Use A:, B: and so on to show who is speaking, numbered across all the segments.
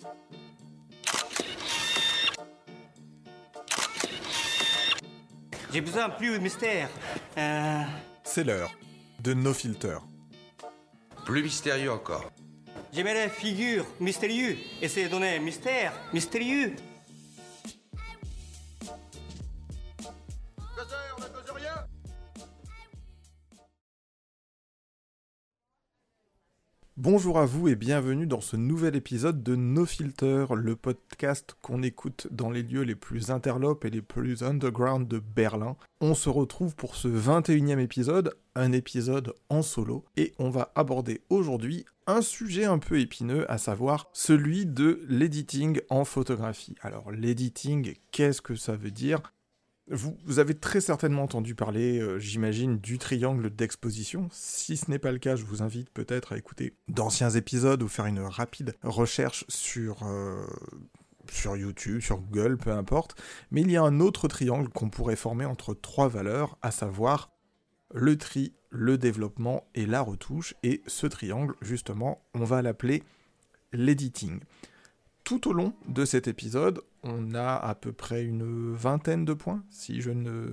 A: J'ai besoin plus de mystère.
B: C'est l'heure de No Filter.
C: Plus mystérieux encore.
A: J'aimais les figures mystérieuses. Et c'est donné mystère, mystérieux.
B: Bonjour à vous et bienvenue dans ce nouvel épisode de No Filter, le podcast qu'on écoute dans les lieux les plus interlopes et les plus underground de Berlin. On se retrouve pour ce 21e épisode, un épisode en solo, et on va aborder aujourd'hui un sujet un peu épineux, à savoir celui de l'editing en photographie. Alors l'editing, qu'est-ce que ça veut dire ? Vous avez très certainement entendu parler, j'imagine, du triangle d'exposition. Si ce n'est pas le cas, je vous invite peut-être à écouter d'anciens épisodes ou faire une rapide recherche sur YouTube, sur Google, peu importe. Mais il y a un autre triangle qu'on pourrait former entre trois valeurs, à savoir le tri, le développement et la retouche. Et ce triangle, justement, on va l'appeler l'editing. Tout au long de cet épisode, on a à peu près une vingtaine de points, si je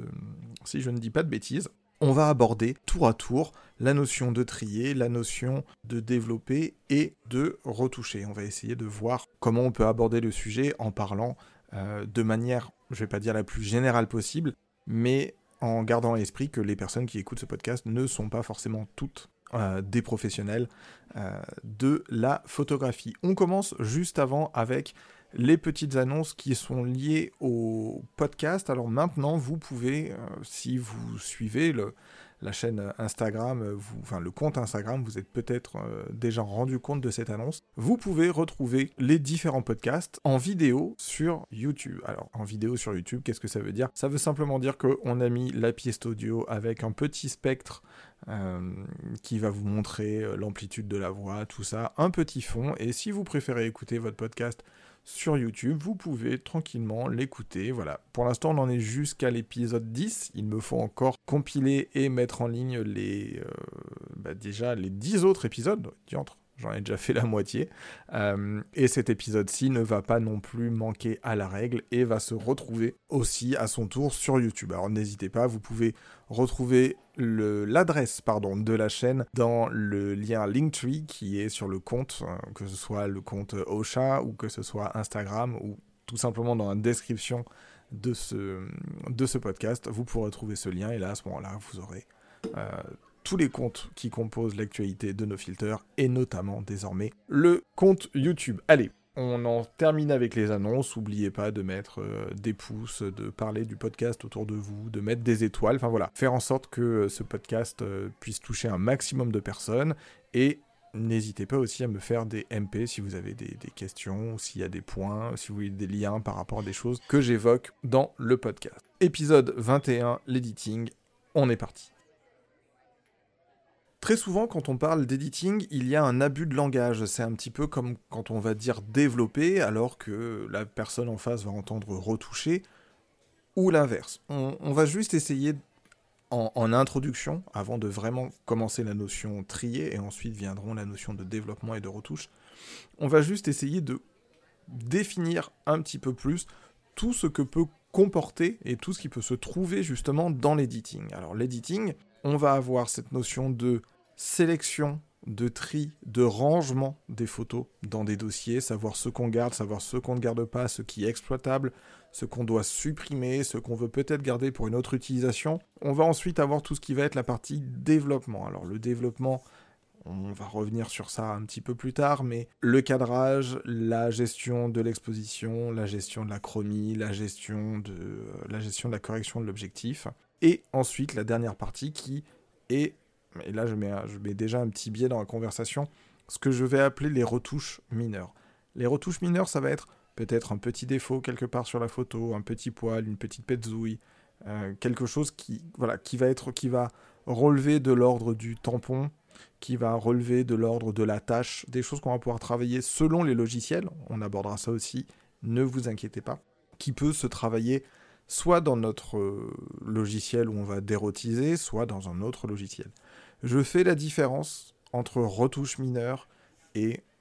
B: ne dis pas de bêtises. On va aborder tour à tour la notion de trier, la notion de développer et de retoucher. On va essayer de voir comment on peut aborder le sujet en parlant de manière, je ne vais pas dire la plus générale possible, mais en gardant à l'esprit que les personnes qui écoutent ce podcast ne sont pas forcément toutes des professionnels de la photographie. On commence juste avant avec les petites annonces qui sont liées au podcast. Alors maintenant, vous pouvez, si vous suivez la chaîne Instagram, le compte Instagram, vous êtes peut-être déjà rendu compte de cette annonce. Vous pouvez retrouver les différents podcasts en vidéo sur YouTube. Alors, en vidéo sur YouTube, qu'est-ce que ça veut dire ? Ça veut simplement dire qu'on a mis la piste audio avec un petit spectre qui va vous montrer l'amplitude de la voix, tout ça, un petit fond. Et si vous préférez écouter votre podcast sur YouTube, vous pouvez tranquillement l'écouter. Voilà. Pour l'instant, on en est jusqu'à l'épisode 10. Il me faut encore compiler et mettre en ligne déjà les 10 autres épisodes. Diantre, j'en ai déjà fait la moitié. Et cet épisode-ci ne va pas non plus manquer à la règle et va se retrouver aussi à son tour sur YouTube. Alors n'hésitez pas, vous pouvez retrouver l'adresse de la chaîne dans le lien Linktree qui est sur le compte, que ce soit le compte Ocha ou que ce soit Instagram ou tout simplement dans la description de ce podcast. Vous pourrez trouver ce lien et là, à ce moment-là, vous aurez tous les comptes qui composent l'actualité de No Filter et notamment désormais le compte YouTube. Allez, on en termine avec les annonces. N'oubliez pas de mettre des pouces, de parler du podcast autour de vous, de mettre des étoiles. Enfin voilà, faire en sorte que ce podcast puisse toucher un maximum de personnes. Et n'hésitez pas aussi à me faire des MP si vous avez des questions, s'il y a des points, si vous voulez des liens par rapport à des choses que j'évoque dans le podcast. Épisode 21, l'editing. On est parti. Très souvent, quand on parle d'editing, il y a un abus de langage. C'est un petit peu comme quand on va dire développer, alors que la personne en face va entendre retoucher, ou l'inverse. On va juste essayer, en introduction, avant de vraiment commencer la notion trier, et ensuite viendront la notion de développement et de retouche, on va juste essayer de définir un petit peu plus tout ce que peut comporter et tout ce qui peut se trouver justement dans l'editing. Alors l'editing, on va avoir cette notion de sélection, de tri, de rangement des photos dans des dossiers, savoir ce qu'on garde, savoir ce qu'on ne garde pas, ce qui est exploitable, ce qu'on doit supprimer, ce qu'on veut peut-être garder pour une autre utilisation. On va ensuite avoir tout ce qui va être la partie développement. Alors le développement, on va revenir sur ça un petit peu plus tard, mais le cadrage, la gestion de l'exposition, la gestion de la chromie, la gestion de la correction de l'objectif. Et ensuite, la dernière partie qui est, et là je mets déjà un petit biais dans la conversation, ce que je vais appeler les retouches mineures. Les retouches mineures, ça va être peut-être un petit défaut quelque part sur la photo, un petit poil, une petite petzouille, quelque chose qui va relever de l'ordre du tampon, qui va relever de l'ordre de la tâche, des choses qu'on va pouvoir travailler selon les logiciels, on abordera ça aussi, ne vous inquiétez pas, qui peut se travailler soit dans notre logiciel où on va dérotiser, soit dans un autre logiciel. Je fais la différence entre retouches mineures et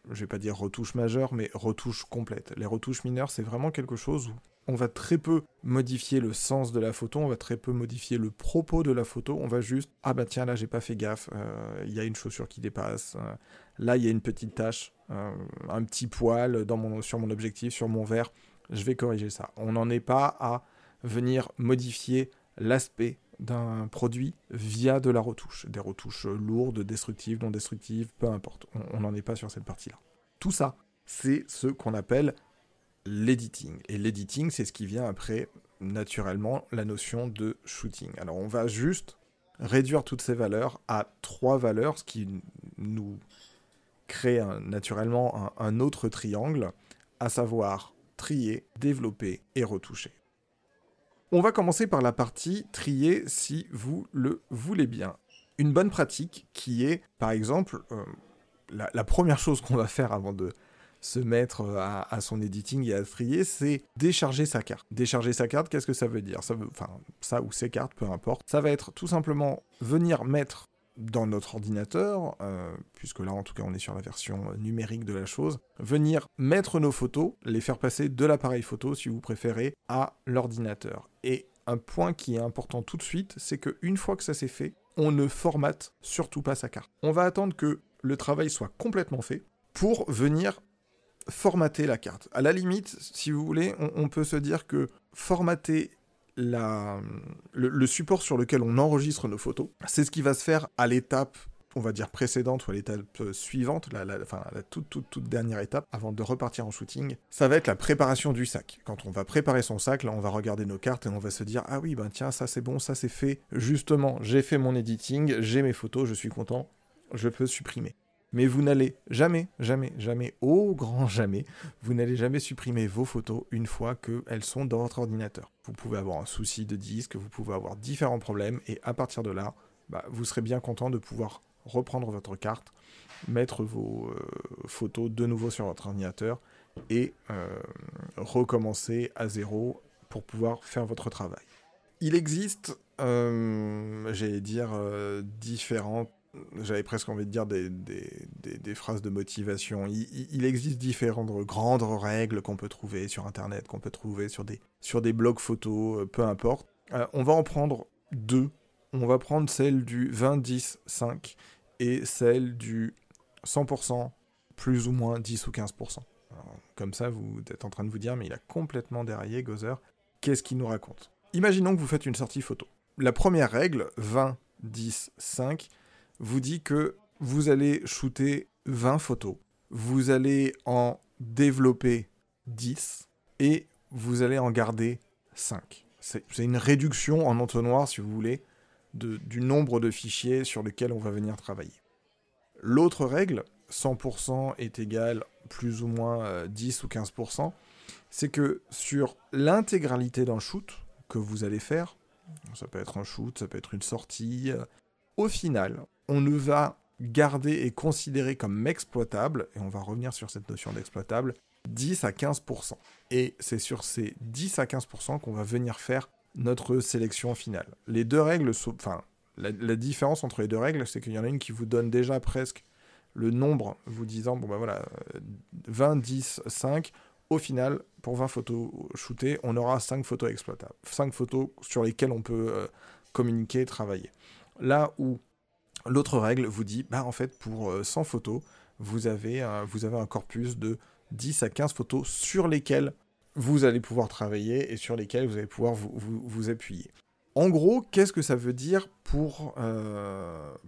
B: je vais pas dire retouche majeure, mais retouche complète. Les retouches mineures, c'est vraiment quelque chose où on va très peu modifier le sens de la photo, on va très peu modifier le propos de la photo, on va juste « Ah bah tiens, là j'ai pas fait gaffe, il y a une chaussure qui dépasse, là il y a une petite tache, un petit poil sur mon objectif, sur mon verre, je vais corriger ça. » On n'en est pas à venir modifier l'aspect d'un produit via de la retouche. Des retouches lourdes, destructives, non destructives, peu importe. On n'en est pas sur cette partie-là. Tout ça, c'est ce qu'on appelle l'editing. Et l'editing, c'est ce qui vient après, naturellement, la notion de shooting. Alors, on va juste réduire toutes ces valeurs à 3 valeurs, ce qui nous crée naturellement un autre triangle, à savoir trier, développer et retoucher. On va commencer par la partie trier si vous le voulez bien. Une bonne pratique qui est, par exemple, la première chose qu'on va faire avant de se mettre à son editing et à trier, c'est décharger sa carte. Décharger sa carte, qu'est-ce que ça veut dire ? Ça ou ses cartes, peu importe. Ça va être tout simplement venir mettre dans notre ordinateur, puisque là en tout cas on est sur la version numérique de la chose, venir mettre nos photos, les faire passer de l'appareil photo si vous préférez à l'ordinateur. Et un point qui est important tout de suite, c'est qu'une fois que ça c'est fait, on ne formate surtout pas sa carte. On va attendre que le travail soit complètement fait pour venir formater la carte. À la limite, si vous voulez, on peut se dire que formater le support sur lequel on enregistre nos photos, c'est ce qui va se faire à l'étape, on va dire précédente ou à l'étape suivante, la toute dernière étape, avant de repartir en shooting. Ça va être la préparation du sac. Quand on va préparer son sac, là on va regarder nos cartes et on va se dire « Ah oui, ben tiens, ça c'est bon, ça c'est fait. Justement, j'ai fait mon editing, j'ai mes photos, je suis content, je peux supprimer. » Mais vous n'allez jamais, au grand jamais, vous n'allez jamais supprimer vos photos une fois qu'elles sont dans votre ordinateur. Vous pouvez avoir un souci de disque, vous pouvez avoir différents problèmes, et à partir de là, vous serez bien content de pouvoir reprendre votre carte, mettre vos photos de nouveau sur votre ordinateur, et recommencer à zéro pour pouvoir faire votre travail. Il existe, différentes, j'avais presque envie de dire des phrases de motivation. Il existe différentes grandes règles qu'on peut trouver sur Internet, qu'on peut trouver sur des blogs photos, peu importe. On va en prendre 2. On va prendre celle du 20-10-5 et celle du 100%, plus ou moins 10 ou 15%. Alors, comme ça, vous êtes en train de vous dire, mais il a complètement déraillé, Gozer. Qu'est-ce qu'il nous raconte ? Imaginons que vous faites une sortie photo. La première règle, 20-10-5, vous dit que vous allez shooter 20 photos, vous allez en développer 10 et vous allez en garder 5. C'est une réduction en entonnoir, si vous voulez, du nombre de fichiers sur lesquels on va venir travailler. L'autre règle, 100% est égal plus ou moins 10 ou 15%, c'est que sur l'intégralité d'un shoot que vous allez faire, ça peut être un shoot, ça peut être une sortie, au final, on ne va garder et considérer comme exploitable, et on va revenir sur cette notion d'exploitable, 10 à 15%. Et c'est sur ces 10 à 15% qu'on va venir faire notre sélection finale. Les deux règles, la différence entre les deux règles, c'est qu'il y en a une qui vous donne déjà presque le nombre, vous disant, 20, 10, 5, au final, pour 20 photos shootées, on aura 5 photos exploitables. 5 photos sur lesquelles on peut communiquer, travailler. Là où l'autre règle vous dit, en fait, pour 100 photos, vous avez un corpus de 10 à 15 photos sur lesquelles vous allez pouvoir travailler et sur lesquelles vous allez pouvoir vous appuyer. En gros, qu'est-ce que ça veut dire pour nous ?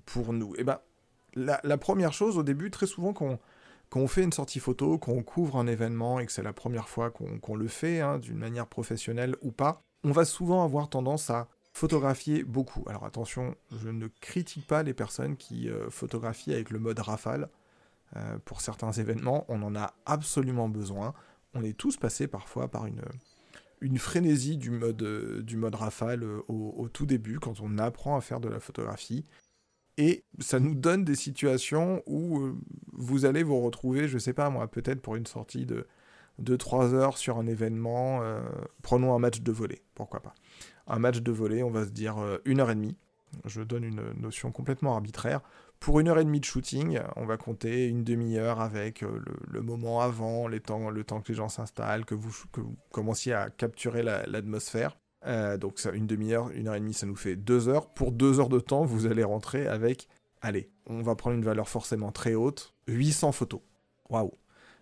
B: La première chose, au début, très souvent, quand on fait une sortie photo, quand on couvre un événement et que c'est la première fois qu'on le fait, d'une manière professionnelle ou pas, on va souvent avoir tendance à photographier beaucoup. Alors attention, je ne critique pas les personnes qui photographient avec le mode rafale. Pour certains événements, on en a absolument besoin. On est tous passés parfois par une frénésie du mode rafale au tout début, quand on apprend à faire de la photographie. Et ça nous donne des situations où vous allez vous retrouver, je sais pas moi, peut-être pour une sortie de 3 heures sur un événement, prenons un match de volley, pourquoi pas. Un match de volley, on va se dire 1h30, je donne une notion complètement arbitraire, Pour 1h30 de shooting, on va compter une demi-heure avec le moment avant, le temps que les gens s'installent, que vous commenciez à capturer l'atmosphère. Donc ça, une demi-heure, 1h30, ça nous fait 2 heures. Pour 2 heures de temps, vous allez rentrer avec, allez, on va prendre une valeur forcément très haute, 800 photos. Waouh.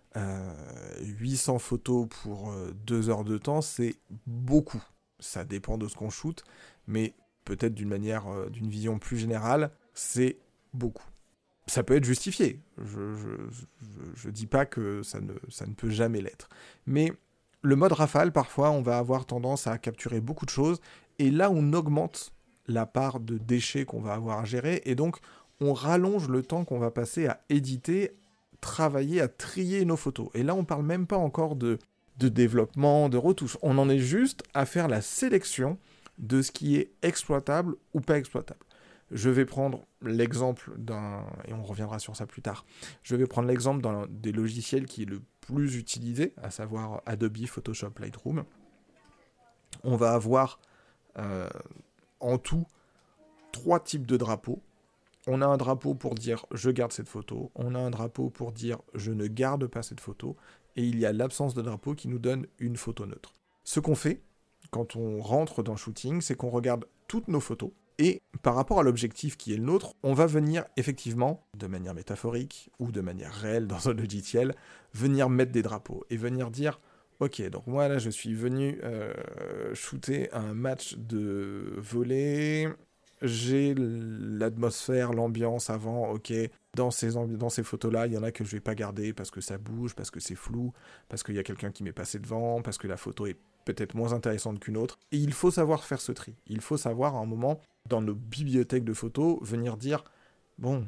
B: 800 photos pour 2 heures de temps, c'est beaucoup. Ça dépend de ce qu'on shoot, mais peut-être d'une vision plus générale, c'est beaucoup. Ça peut être justifié. Je dis pas que ça ne peut jamais l'être. Mais le mode rafale, parfois, on va avoir tendance à capturer beaucoup de choses, et là, on augmente la part de déchets qu'on va avoir à gérer, et donc, on rallonge le temps qu'on va passer à éditer, travailler, à trier nos photos. Et là, on parle même pas encore de développement, de retouche. On en est juste à faire la sélection de ce qui est exploitable ou pas exploitable. Je vais prendre l'exemple et on reviendra sur ça plus tard, je vais prendre l'exemple d'un des logiciels qui est le plus utilisé, à savoir Adobe, Photoshop, Lightroom. On va avoir en tout 3 types de drapeaux. On a un drapeau pour dire « je garde cette photo », on a un drapeau pour dire « je ne garde pas cette photo », et il y a l'absence de drapeau qui nous donne une photo neutre. Ce qu'on fait, quand on rentre dans Shooting, c'est qu'on regarde toutes nos photos, et par rapport à l'objectif qui est le nôtre, on va venir effectivement, de manière métaphorique ou de manière réelle dans un logiciel, venir mettre des drapeaux et venir dire « Ok, donc moi là je suis venu shooter un match de volley, j'ai l'atmosphère, l'ambiance avant, ok, dans ces photos-là, il y en a que je vais pas garder parce que ça bouge, parce que c'est flou, parce qu'il y a quelqu'un qui m'est passé devant, parce que la photo est peut-être moins intéressante qu'une autre. » Et il faut savoir faire ce tri. Il faut savoir à un moment, dans nos bibliothèques de photos, venir dire bon,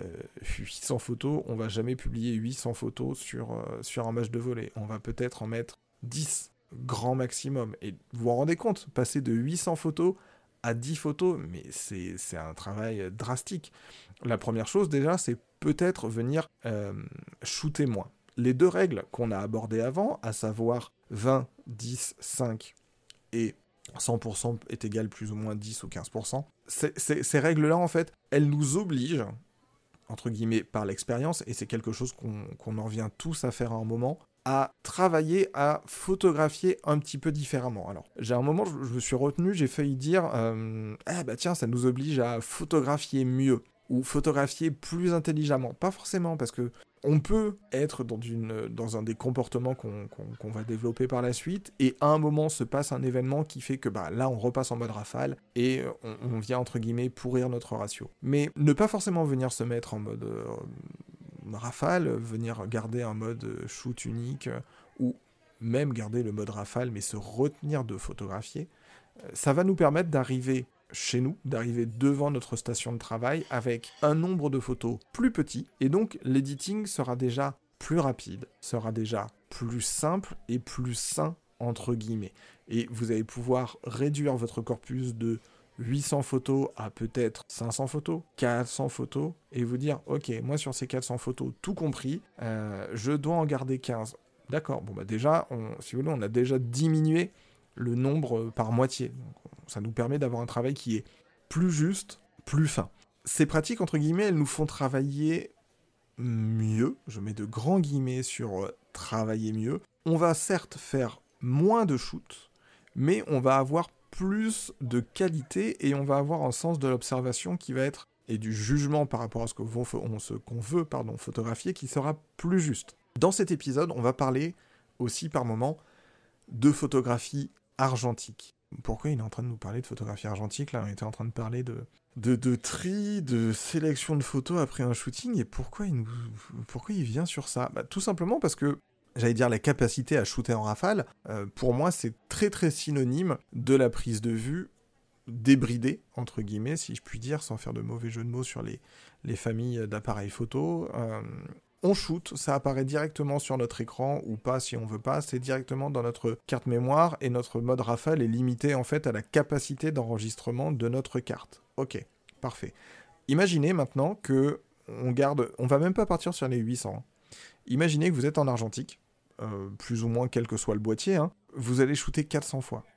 B: 800 photos, on va jamais publier 800 photos sur un match de volley. On va peut-être en mettre 10, grand maximum. Et vous vous rendez compte, passer de 800 photos à 10 photos, mais c'est un travail drastique. La première chose déjà, c'est peut-être venir shooter moins. Les 2 règles qu'on a abordées avant, à savoir 20, 10, 5 et 100% est égal plus ou moins 10 ou 15%, ces règles-là, en fait, elles nous obligent, entre guillemets, par l'expérience, et c'est quelque chose qu'on en revient tous à faire à un moment, à travailler, à photographier un petit peu différemment. Alors, j'ai un moment, je me suis retenu, j'ai failli dire tiens, ça nous oblige à photographier mieux, ou photographier plus intelligemment. Pas forcément, parce que on peut être dans un des comportements qu'on va développer par la suite, et à un moment se passe un événement qui fait que là on repasse en mode rafale, et on vient entre guillemets pourrir notre ratio. Mais ne pas forcément venir se mettre en mode rafale, venir garder un mode shoot unique, ou même garder le mode rafale mais se retenir de photographier, ça va nous permettre d'arriver chez nous, d'arriver devant notre station de travail avec un nombre de photos plus petit, et donc l'editing sera déjà plus rapide, sera déjà plus simple et plus sain, entre guillemets. Et vous allez pouvoir réduire votre corpus de 800 photos à peut-être 500 photos, 400 photos, et vous dire, ok, moi sur ces 400 photos, tout compris, je dois en garder 15. D'accord, déjà, si vous voulez, on a déjà diminué le nombre par moitié. Donc, ça nous permet d'avoir un travail qui est plus juste, plus fin. Ces pratiques, entre guillemets, elles nous font travailler mieux. Je mets de grands guillemets sur travailler mieux. On va certes faire moins de shoots, mais on va avoir plus de qualité et on va avoir un sens de l'observation qui va être, et du jugement par rapport à ce qu'on veut photographier, qui sera plus juste. Dans cet épisode, on va parler aussi par moment de photographie argentique. Pourquoi il est en train de nous parler de photographie argentique là? On était en train de parler de tri, de sélection de photos après un shooting, et pourquoi il vient sur ça? Tout simplement parce que, j'allais dire, la capacité à shooter en rafale, pour moi c'est très très synonyme de la prise de vue débridée, entre guillemets, si je puis dire, sans faire de mauvais jeu de mots sur les familles d'appareils photo. On shoot, ça apparaît directement sur notre écran, ou pas si on veut pas, c'est directement dans notre carte mémoire, et notre mode rafale est limité en fait à la capacité d'enregistrement de notre carte. Ok, parfait. Imaginez maintenant que on va même pas partir sur les 800. Imaginez que vous êtes en argentique, plus ou moins quel que soit le boîtier, vous allez shooter 400 fois.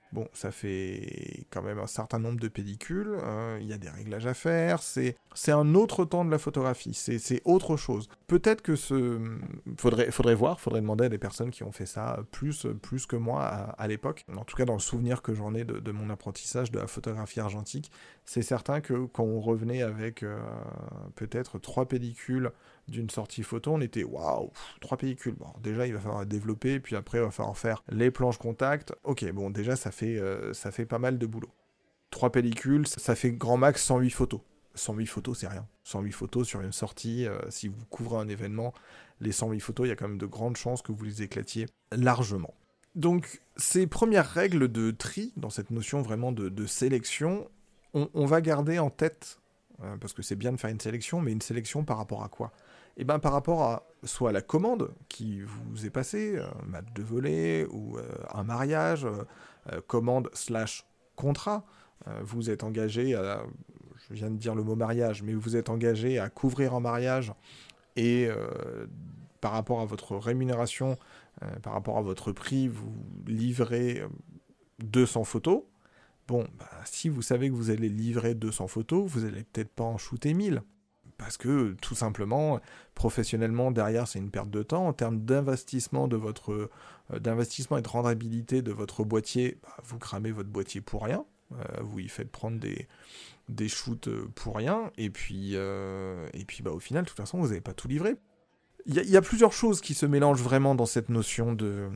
B: Bon, ça fait quand même un certain nombre de pellicules, il y a des réglages à faire, c'est un autre temps de la photographie, c'est autre chose. Peut-être que faudrait voir, faudrait demander à des personnes qui ont fait ça plus que moi à l'époque. En tout cas, dans le souvenir que j'en ai de mon apprentissage de la photographie argentique, c'est certain que quand on revenait avec peut-être 3 pellicules d'une sortie photo, on était waouh, 3 pellicules. Bon, déjà il va falloir développer, puis après il va falloir faire les planches contact. Ok, bon, déjà ça fait pas mal de boulot. 3 pellicules, ça fait grand max 108 photos. 108 photos, c'est rien. 108 photos sur une sortie, si vous couvrez un événement, les 108 photos, il y a quand même de grandes chances que vous les éclatiez largement. Donc, ces premières règles de tri, dans cette notion vraiment de sélection, on va garder en tête, parce que c'est bien de faire une sélection, mais une sélection par rapport à quoi ? Et bien par rapport à soit la commande qui vous est passée, un match de volley ou un mariage, commande / contrat, vous êtes engagé à, je viens de dire le mot mariage, mais vous êtes engagé à couvrir un mariage et par rapport à votre rémunération, par rapport à votre prix, vous livrez 200 photos. Bon, si vous savez que vous allez livrer 200 photos, vous n'allez peut-être pas en shooter 1000. Parce que, tout simplement, professionnellement, derrière, c'est une perte de temps. En termes d'investissement et de rendabilité de votre boîtier, vous cramez votre boîtier pour rien. Vous y faites prendre des shoots pour rien. Et puis au final, de toute façon, vous n'avez pas tout livré. Il y a plusieurs choses qui se mélangent vraiment dans cette notion de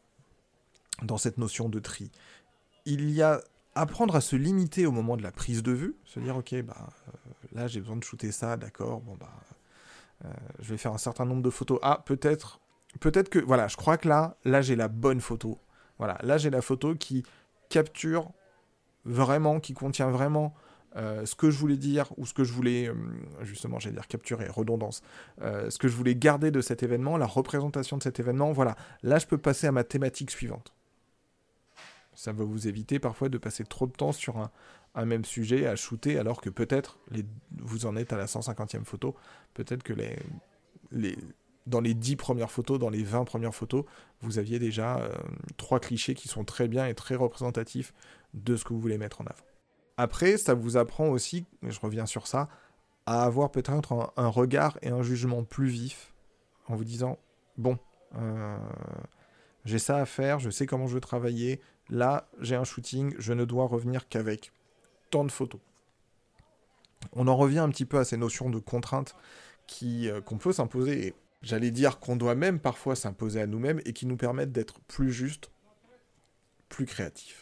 B: tri. Il y a apprendre à se limiter au moment de la prise de vue, se dire ok, là j'ai besoin de shooter ça, d'accord, je vais faire un certain nombre de photos. Ah, peut-être que, voilà, je crois que là j'ai la bonne photo. Voilà, là j'ai la photo qui capture vraiment, qui contient vraiment ce que je voulais dire, ou ce que je voulais, justement, j'allais dire capturer, redondance, ce que je voulais garder de cet événement, la représentation de cet événement, voilà. Là, je peux passer à ma thématique suivante. Ça va vous éviter parfois de passer trop de temps sur un même sujet à shooter, alors que peut-être, vous en êtes à la 150e photo, peut-être que dans les 10 premières photos, dans les 20 premières photos, vous aviez déjà 3 clichés qui sont très bien et très représentatifs de ce que vous voulez mettre en avant. Après, ça vous apprend aussi, et je reviens sur ça, à avoir peut-être un regard et un jugement plus vif, en vous disant, bon, j'ai ça à faire, je sais comment je veux travailler, là, j'ai un shooting, je ne dois revenir qu'avec tant de photos. On en revient un petit peu à ces notions de contraintes qu'on peut s'imposer, et j'allais dire qu'on doit même parfois s'imposer à nous-mêmes, et qui nous permettent d'être plus justes, plus créatifs.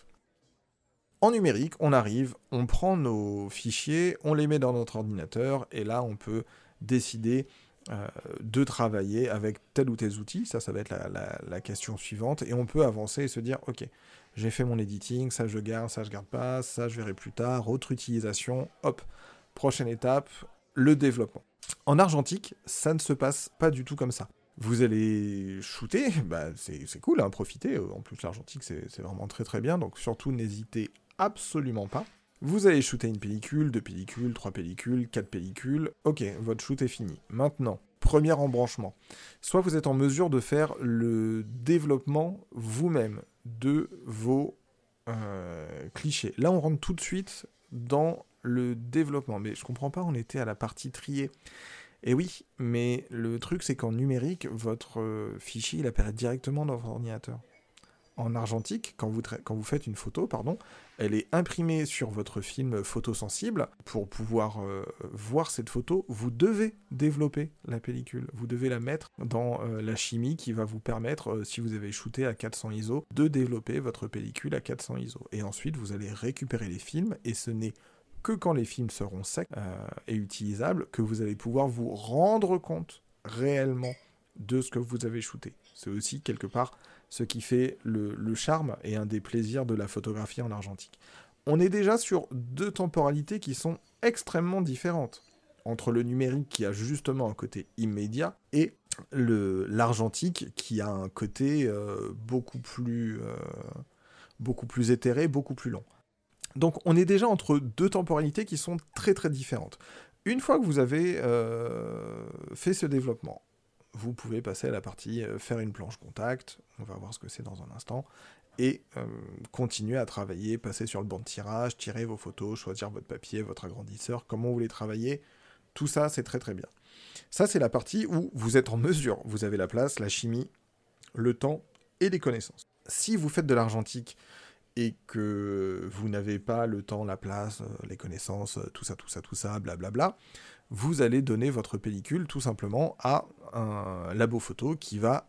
B: En numérique, on arrive, on prend nos fichiers, on les met dans notre ordinateur, et là, on peut décider de travailler avec tel ou tel outil. Ça va être la question suivante, et on peut avancer et se dire, ok, j'ai fait mon editing, ça je garde pas, ça je verrai plus tard, autre utilisation, hop, prochaine étape, le développement. En argentique, ça ne se passe pas du tout comme ça. Vous allez shooter, c'est cool, hein, profitez, en plus l'argentique c'est vraiment très très bien, donc surtout n'hésitez absolument pas. Vous allez shooter une pellicule, 2 pellicules, 3 pellicules, 4 pellicules, ok, votre shoot est fini. Maintenant, premier embranchement. Soit vous êtes en mesure de faire le développement vous-même de vos clichés. Là, on rentre tout de suite dans le développement. Mais je comprends pas, on était à la partie triée. Et oui, mais le truc, c'est qu'en numérique, votre fichier, il apparaît directement dans votre ordinateur. En argentique, quand vous faites une photo, elle est imprimée sur votre film photosensible. Pour pouvoir voir cette photo, vous devez développer la pellicule. Vous devez la mettre dans la chimie qui va vous permettre, si vous avez shooté à 400 ISO, de développer votre pellicule à 400 ISO. Et ensuite, vous allez récupérer les films, et ce n'est que quand les films seront secs et utilisables que vous allez pouvoir vous rendre compte réellement de ce que vous avez shooté. C'est aussi quelque part ce qui fait le charme et un des plaisirs de la photographie en argentique. On est déjà sur 2 temporalités qui sont extrêmement différentes, entre le numérique qui a justement un côté immédiat et l'argentique qui a un côté beaucoup plus éthéré, beaucoup plus long. Donc on est déjà entre 2 temporalités qui sont très très différentes. Une fois que vous avez fait ce développement, vous pouvez passer à la partie faire une planche contact, on va voir ce que c'est dans un instant, et continuer à travailler, passer sur le banc de tirage, tirer vos photos, choisir votre papier, votre agrandisseur, comment vous voulez travailler, tout ça c'est très très bien. Ça c'est la partie où vous êtes en mesure, vous avez la place, la chimie, le temps et les connaissances. Si vous faites de l'argentique et que vous n'avez pas le temps, la place, les connaissances, tout ça, blablabla, vous allez donner votre pellicule tout simplement à un labo photo qui va,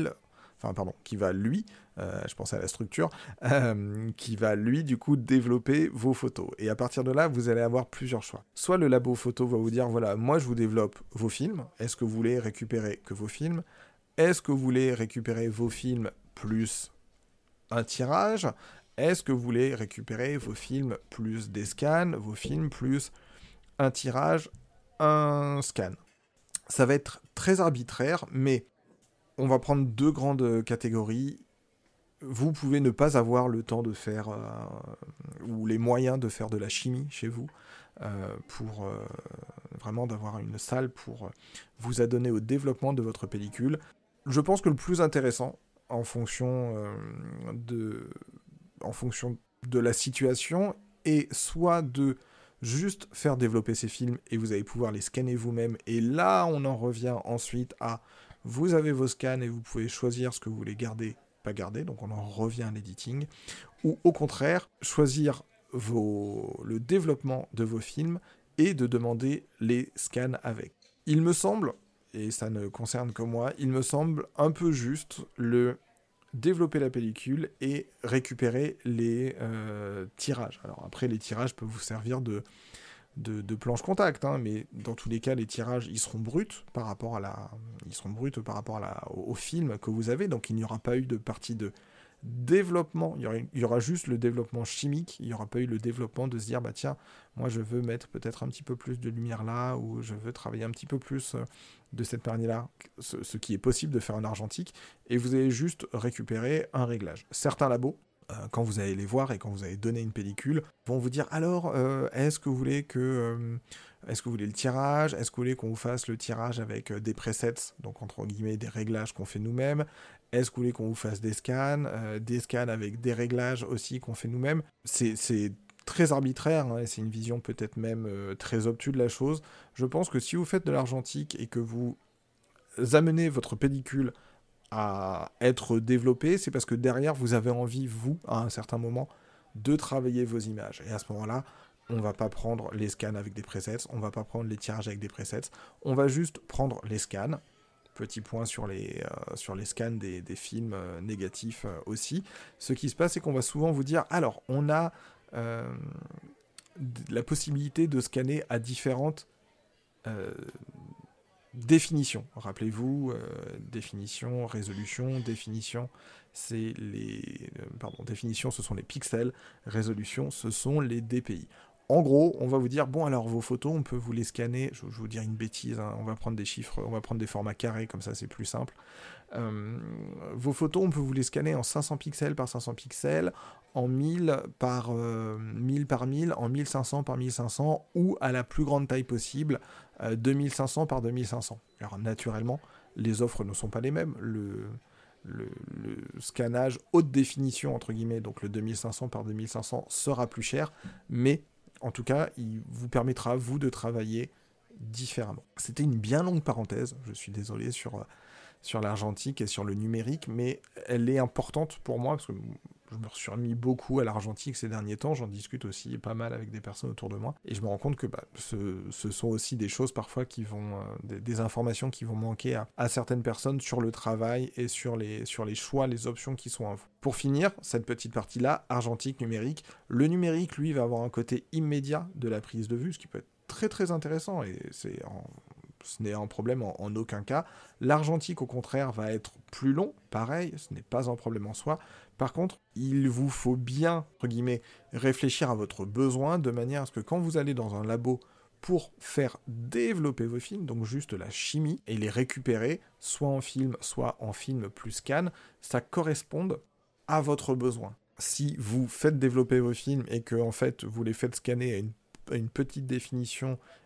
B: lui, je pensais à la structure, qui va lui, du coup, développer vos photos. Et à partir de là, vous allez avoir plusieurs choix. Soit le labo photo va vous dire, voilà, moi je vous développe vos films, est-ce que vous voulez récupérer que vos films ? Est-ce que vous voulez récupérer vos films plus un tirage ? Est-ce que vous voulez récupérer vos films plus des scans, vos films plus un tirage, un scan ? Ça va être très arbitraire, mais on va prendre 2 grandes catégories. Vous pouvez ne pas avoir le temps de faire, ou les moyens de faire de la chimie chez vous, pour vraiment d'avoir une salle pour vous adonner au développement de votre pellicule. Je pense que le plus intéressant, en fonction de la situation, est soit de juste faire développer ces films et vous allez pouvoir les scanner vous-même. Et là, on en revient ensuite à vous avez vos scans et vous pouvez choisir ce que vous voulez garder, pas garder. Donc on en revient à l'editing. Ou au contraire, choisir le développement de vos films et de demander les scans avec. Il me semble, et ça ne concerne que moi, il me semble un peu juste le développer la pellicule et récupérer les tirages. Alors après, les tirages peuvent vous servir de planche contact, hein, mais dans tous les cas, les tirages, ils seront bruts par rapport au film que vous avez, donc il n'y aura pas eu de partie de développement, il y aura juste le développement chimique, il n'y aura pas eu le développement de se dire, bah tiens, moi je veux mettre peut-être un petit peu plus de lumière là, ou je veux travailler un petit peu plus de cette manière-là, ce qui est possible de faire en argentique, et vous allez juste récupérer un réglage. Certains labos, quand vous allez les voir et quand vous allez donner une pellicule, vont vous dire, alors, est-ce que vous voulez le tirage ? Est-ce que vous voulez qu'on vous fasse le tirage avec des presets, donc entre guillemets des réglages qu'on fait nous-mêmes ? Est-ce que vous voulez qu'on vous fasse des scans avec des réglages aussi qu'on fait nous-mêmes ? C'est très arbitraire, hein, et c'est une vision peut-être même très obtuse de la chose. Je pense que si vous faites de l'argentique et que vous amenez votre pellicule à être développée, c'est parce que derrière, vous avez envie, vous, à un certain moment, de travailler vos images. Et à ce moment-là, on ne va pas prendre les scans avec des presets, on ne va pas prendre les tirages avec des presets, on va juste prendre les scans. Petit point sur les scans des films négatifs aussi. Ce qui se passe, c'est qu'on va souvent vous dire, alors, on a la possibilité de scanner à différentes définition. Rappelez-vous, définition, résolution, définition, définition, ce sont les pixels, résolution, ce sont les dpi. En gros, on va vous dire, bon alors vos photos, on peut vous les scanner, je vais vous dire une bêtise, hein, on va prendre des chiffres, on va prendre des formats carrés, comme ça c'est plus simple. Vos photos, on peut vous les scanner en 500 pixels par 500 pixels, en 1000 par 1000 par 1000, en 1500 par 1500, ou à la plus grande taille possible, 2500 par 2500. Alors naturellement, les offres ne sont pas les mêmes. Le scannage haute définition, entre guillemets, donc le 2500 par 2500 sera plus cher, mais en tout cas, il vous permettra, vous, de travailler différemment. C'était une bien longue parenthèse, je suis désolé sur l'argentique et sur le numérique, mais elle est importante pour moi, parce que je me suis remis beaucoup à l'argentique ces derniers temps, j'en discute aussi pas mal avec des personnes autour de moi, et je me rends compte que ce sont aussi des choses parfois qui vont, des informations qui vont manquer à certaines personnes sur le travail et sur les choix, les options qui sont à vous. Pour finir, cette petite partie-là, argentique, numérique, le numérique, lui, va avoir un côté immédiat de la prise de vue, ce qui peut être très très intéressant, et ce n'est un problème en aucun cas. L'argentique, au contraire, va être plus long. Pareil, ce n'est pas un problème en soi. Par contre, il vous faut bien, entre guillemets, réfléchir à votre besoin de manière à ce que quand vous allez dans un labo pour faire développer vos films, donc juste la chimie, et les récupérer, soit en film plus scan, ça corresponde à votre besoin. Si vous faites développer vos films et que en fait vous les faites scanner à une petite définition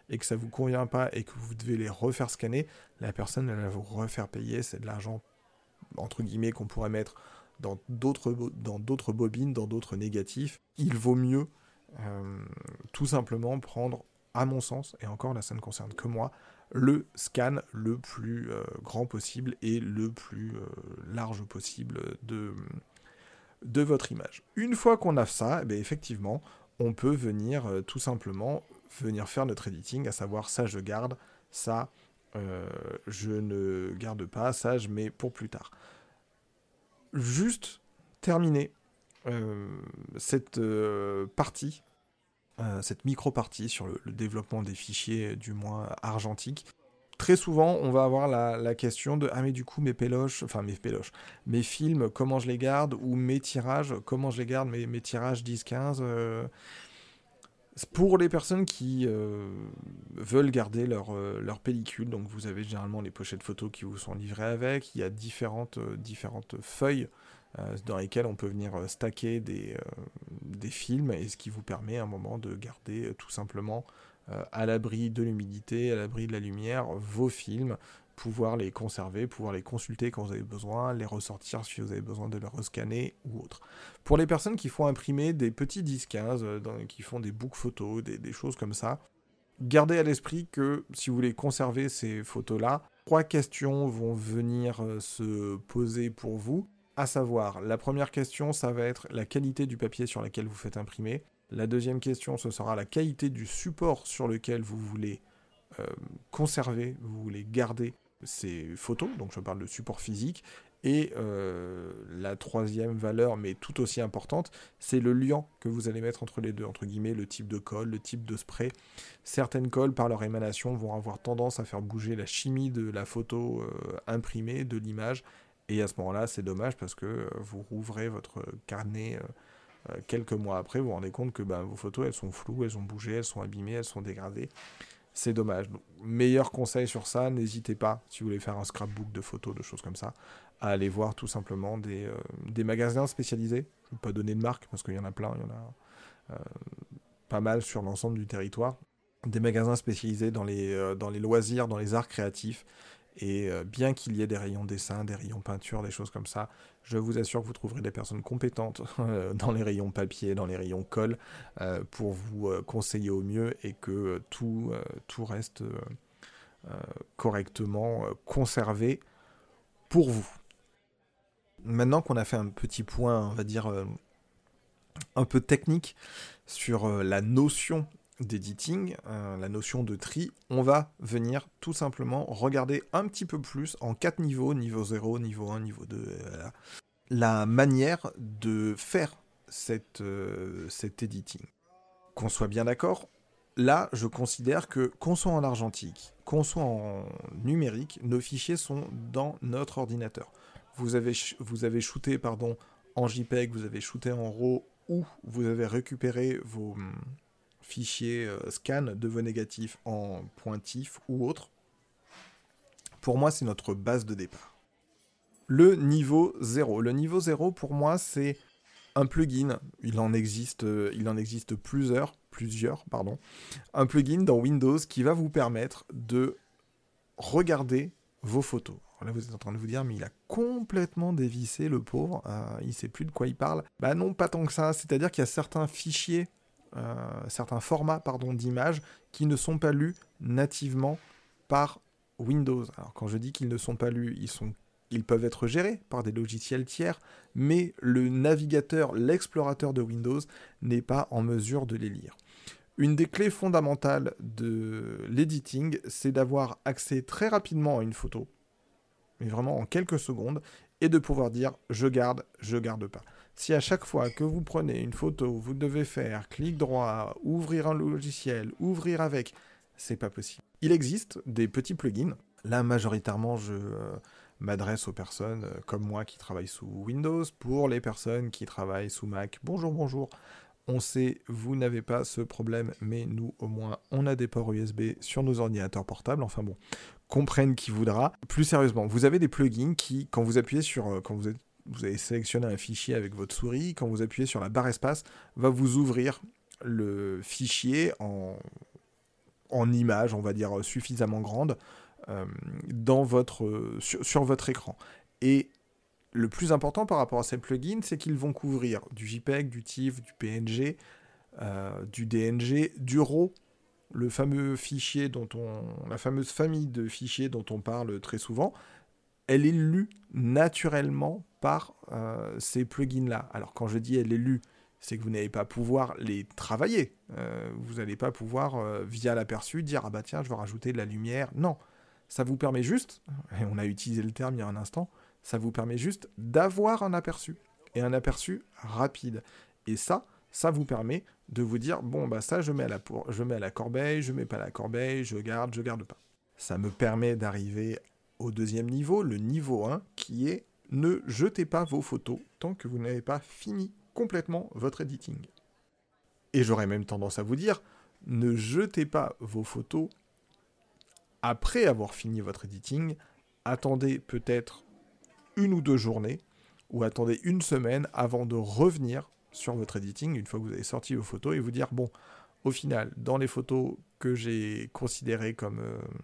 B: et que ça vous convient pas et que vous devez les refaire scanner, la personne elle va vous refaire payer, c'est de l'argent entre guillemets qu'on pourrait mettre dans d'autres bobines, dans d'autres négatifs. Il vaut mieux tout simplement prendre, à mon sens, et encore là ça ne concerne que moi, le scan le plus grand possible et le plus large possible de votre image. Une fois qu'on a ça, effectivement, on peut venir tout simplement venir faire notre editing, à savoir ça je garde, ça je ne garde pas, ça je mets pour plus tard. Juste terminer cette partie, cette micro-partie sur le développement des fichiers, du moins argentiques. Très souvent, on va avoir la question de « Ah mais du coup, mes films, comment je les garde ?» ou « Mes tirages, comment je les garde, mes tirages 10-15 ?» Pour les personnes qui veulent garder leur pellicule, donc vous avez généralement les pochettes photos qui vous sont livrées avec, il y a différentes feuilles dans lesquelles on peut venir stacker des films, et ce qui vous permet à un moment de garder tout simplement à l'abri de l'humidité, à l'abri de la lumière, vos films, pouvoir les conserver, pouvoir les consulter quand vous avez besoin, les ressortir si vous avez besoin de les rescanner ou autre. Pour les personnes qui font imprimer des petits 10-15, qui font des books photos, des choses comme ça, gardez à l'esprit que si vous voulez conserver ces photos-là, 3 questions vont venir se poser pour vous, à savoir, la première question, ça va être la qualité du papier sur lequel vous faites imprimer. La deuxième question, ce sera la qualité du support sur lequel vous voulez conserver, vous voulez garder ces photos, donc je parle de support physique, et la troisième valeur, mais tout aussi importante, c'est le liant que vous allez mettre entre les deux, entre guillemets, le type de colle, le type de spray. Certaines colles, par leur émanation, vont avoir tendance à faire bouger la chimie de la photo imprimée, de l'image, et à ce moment-là, c'est dommage parce que vous rouvrez votre carnet quelques mois après, vous vous rendez compte que vos photos, elles sont floues, elles ont bougé, elles sont abîmées, elles sont dégradées. C'est dommage. Donc, meilleur conseil sur ça, n'hésitez pas, si vous voulez faire un scrapbook de photos, de choses comme ça, à aller voir tout simplement des magasins spécialisés. Je ne vais pas donner de marque, parce qu'il y en a plein, il y en a pas mal sur l'ensemble du territoire. Des magasins spécialisés dans les loisirs, dans les arts créatifs. Et bien qu'il y ait des rayons dessin, des rayons peinture, des choses comme ça, je vous assure que vous trouverez des personnes compétentes dans les rayons papier, dans les rayons colle, pour vous conseiller au mieux et que tout reste correctement conservé pour vous. Maintenant qu'on a fait un petit point, on va dire, un peu technique sur la notion d'editing, la notion de tri, on va venir tout simplement regarder un petit peu plus en 4 niveaux, niveau 0, niveau 1, niveau 2, la manière de faire cet editing. Qu'on soit bien d'accord, là je considère que qu'on soit en argentique, qu'on soit en numérique, nos fichiers sont dans notre ordinateur. Vous avez shooté en JPEG, vous avez shooté en RAW, ou vous avez récupéré vos fichiers scan de vos négatifs en pointif ou autre. Pour moi, c'est notre base de départ. Le niveau 0. Le niveau 0, pour moi, c'est un plugin. Il en existe plusieurs. Un plugin dans Windows qui va vous permettre de regarder vos photos. Là, vous êtes en train de vous dire, mais il a complètement dévissé, le pauvre. Il ne sait plus de quoi il parle. Non, pas tant que ça. C'est-à-dire qu'il y a certains fichiers, certains formats d'images qui ne sont pas lus nativement par Windows. Alors quand je dis qu'ils ne sont pas lus, ils peuvent être gérés par des logiciels tiers, mais le navigateur, l'explorateur de Windows n'est pas en mesure de les lire. Une des clés fondamentales de l'editing, c'est d'avoir accès très rapidement à une photo, mais vraiment en quelques secondes, et de pouvoir dire « je garde pas ». Si à chaque fois que vous prenez une photo, vous devez faire clic droit, ouvrir un logiciel, ouvrir avec, c'est pas possible. Il existe des petits plugins. Là, majoritairement, je m'adresse aux personnes comme moi qui travaillent sous Windows. Pour les personnes qui travaillent sous Mac, bonjour. On sait, vous n'avez pas ce problème, mais nous, au moins, on a des ports USB sur nos ordinateurs portables. Enfin bon, comprenne qui voudra. Plus sérieusement, vous avez des plugins qui, quand vous appuyez sur... vous avez sélectionné un fichier avec votre souris, quand vous appuyez sur la barre espace, va vous ouvrir le fichier en en images, on va dire, suffisamment grandes sur votre écran. Et le plus important par rapport à ces plugins, c'est qu'ils vont couvrir du JPEG, du TIFF, du PNG, du DNG, du RAW, le fameux fichier la fameuse famille de fichiers dont on parle très souvent. Elle est lue naturellement par ces plugins-là. Alors quand je dis elle est lue, c'est que vous n'allez pas pouvoir les travailler. Vous n'allez pas pouvoir, via l'aperçu, dire « Ah bah tiens, je vais rajouter de la lumière ». Non, ça vous permet juste, et on a utilisé le terme il y a un instant, ça vous permet juste d'avoir un aperçu, et un aperçu rapide. Et ça vous permet de vous dire « Bon, bah ça, je mets à la corbeille, je mets pas à la corbeille, je garde pas ». Ça me permet d'arriver au deuxième niveau, le niveau 1, qui est « Ne jetez pas vos photos tant que vous n'avez pas fini complètement votre editing ». Et j'aurais même tendance à vous dire « Ne jetez pas vos photos après avoir fini votre editing, attendez peut-être 1 ou 2 journées, ou attendez 1 semaine avant de revenir sur votre editing, une fois que vous avez sorti vos photos, et vous dire, bon, au final, dans les photos que j'ai considérées comme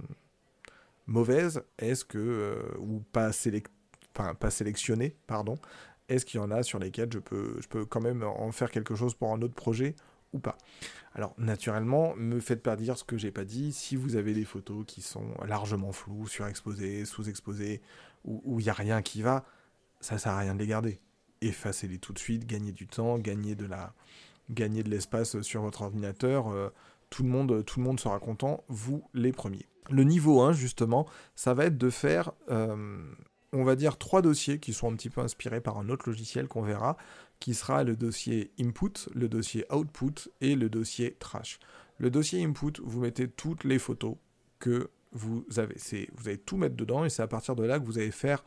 B: mauvaises, est-ce que, ou pas sélectionnées, pardon, est-ce qu'il y en a sur lesquelles je peux quand même en faire quelque chose pour un autre projet ou pas. Alors, naturellement, me faites pas dire ce que j'ai pas dit. Si vous avez des photos qui sont largement floues, surexposées, sous-exposées, où il n'y a rien qui va, ça sert à rien de les garder. Effacez-les tout de suite, gagnez du temps, gagnez de l'espace sur votre ordinateur. Tout le monde sera content, vous les premiers. Le niveau 1, justement, ça va être de faire, on va dire, 3 dossiers qui sont un petit peu inspirés par un autre logiciel qu'on verra, qui sera le dossier input, le dossier output et le dossier trash. Le dossier input, vous mettez toutes les photos que vous avez. Vous allez tout mettre dedans et c'est à partir de là que vous allez faire,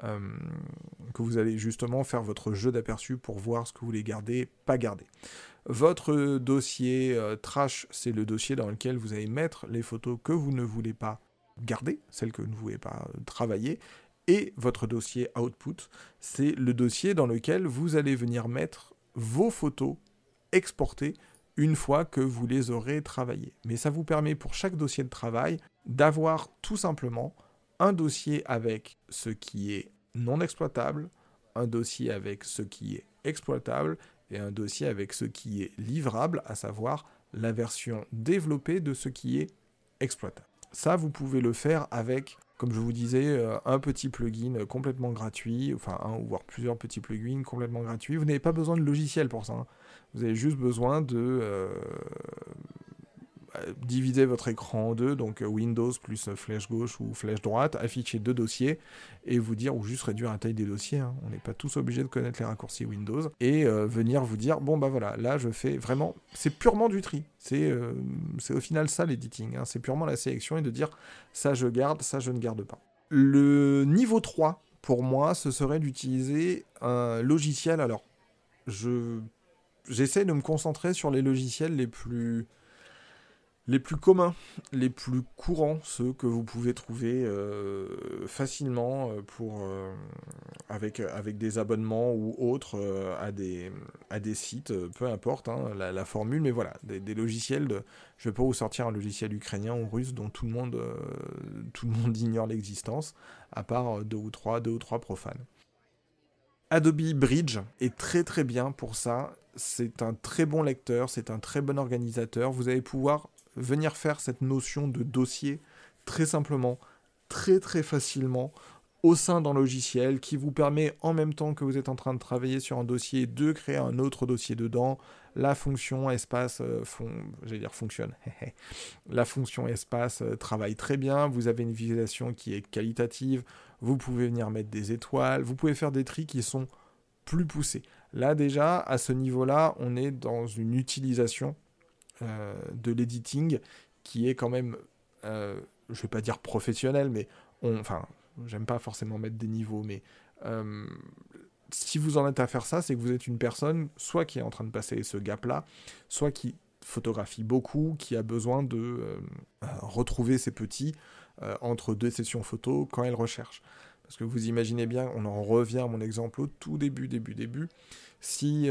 B: que vous allez justement faire votre jeu d'aperçu pour voir ce que vous voulez garder, pas garder. Votre dossier trash, c'est le dossier dans lequel vous allez mettre les photos que vous ne voulez pas garder, celles que vous ne voulez pas travailler. Et votre dossier output, c'est le dossier dans lequel vous allez venir mettre vos photos exportées une fois que vous les aurez travaillées. Mais ça vous permet pour chaque dossier de travail d'avoir tout simplement un dossier avec ce qui est non exploitable, un dossier avec ce qui est exploitable et un dossier avec ce qui est livrable, à savoir la version développée de ce qui est exploitable. Ça, vous pouvez le faire avec, comme je vous disais, un petit plugin complètement gratuit, enfin un ou voire plusieurs petits plugins complètement gratuits. Vous n'avez pas besoin de logiciel pour ça. Hein. Vous avez juste besoin de diviser votre écran en deux, donc Windows plus flèche gauche ou flèche droite, afficher 2 dossiers et vous dire, ou juste réduire la taille des dossiers, hein. On n'est pas tous obligés de connaître les raccourcis Windows, et venir vous dire, bon bah voilà, là je fais vraiment, c'est purement du tri, c'est au final ça l'editing, hein. C'est purement la sélection et de dire, ça je garde, ça je ne garde pas. Le niveau 3, pour moi, ce serait d'utiliser un logiciel, alors j'essaie de me concentrer sur les logiciels les plus communs, les plus courants, ceux que vous pouvez trouver facilement avec des abonnements ou autres à des sites, peu importe hein, la formule, mais voilà, des logiciels je ne vais pas vous sortir un logiciel ukrainien ou russe dont tout le monde ignore l'existence, à part deux ou trois profanes. Adobe Bridge est très très bien pour ça, c'est un très bon lecteur, c'est un très bon organisateur, vous allez pouvoir venir faire cette notion de dossier très simplement, très très facilement au sein d'un logiciel qui vous permet en même temps que vous êtes en train de travailler sur un dossier de créer un autre dossier dedans. La fonction espace fonctionne. La fonction espace travaille très bien, vous avez une visualisation qui est qualitative, vous pouvez venir mettre des étoiles, vous pouvez faire des tris qui sont plus poussés. Là déjà, à ce niveau-là, on est dans une utilisation de l'editing qui est quand même, je vais pas dire professionnel, mais j'aime pas forcément mettre des niveaux, mais si vous en êtes à faire ça, c'est que vous êtes une personne soit qui est en train de passer ce gap-là, soit qui photographie beaucoup, qui a besoin de retrouver ses petits entre 2 sessions photo quand elle recherche. Parce que vous imaginez bien, on en revient à mon exemple au tout début, Si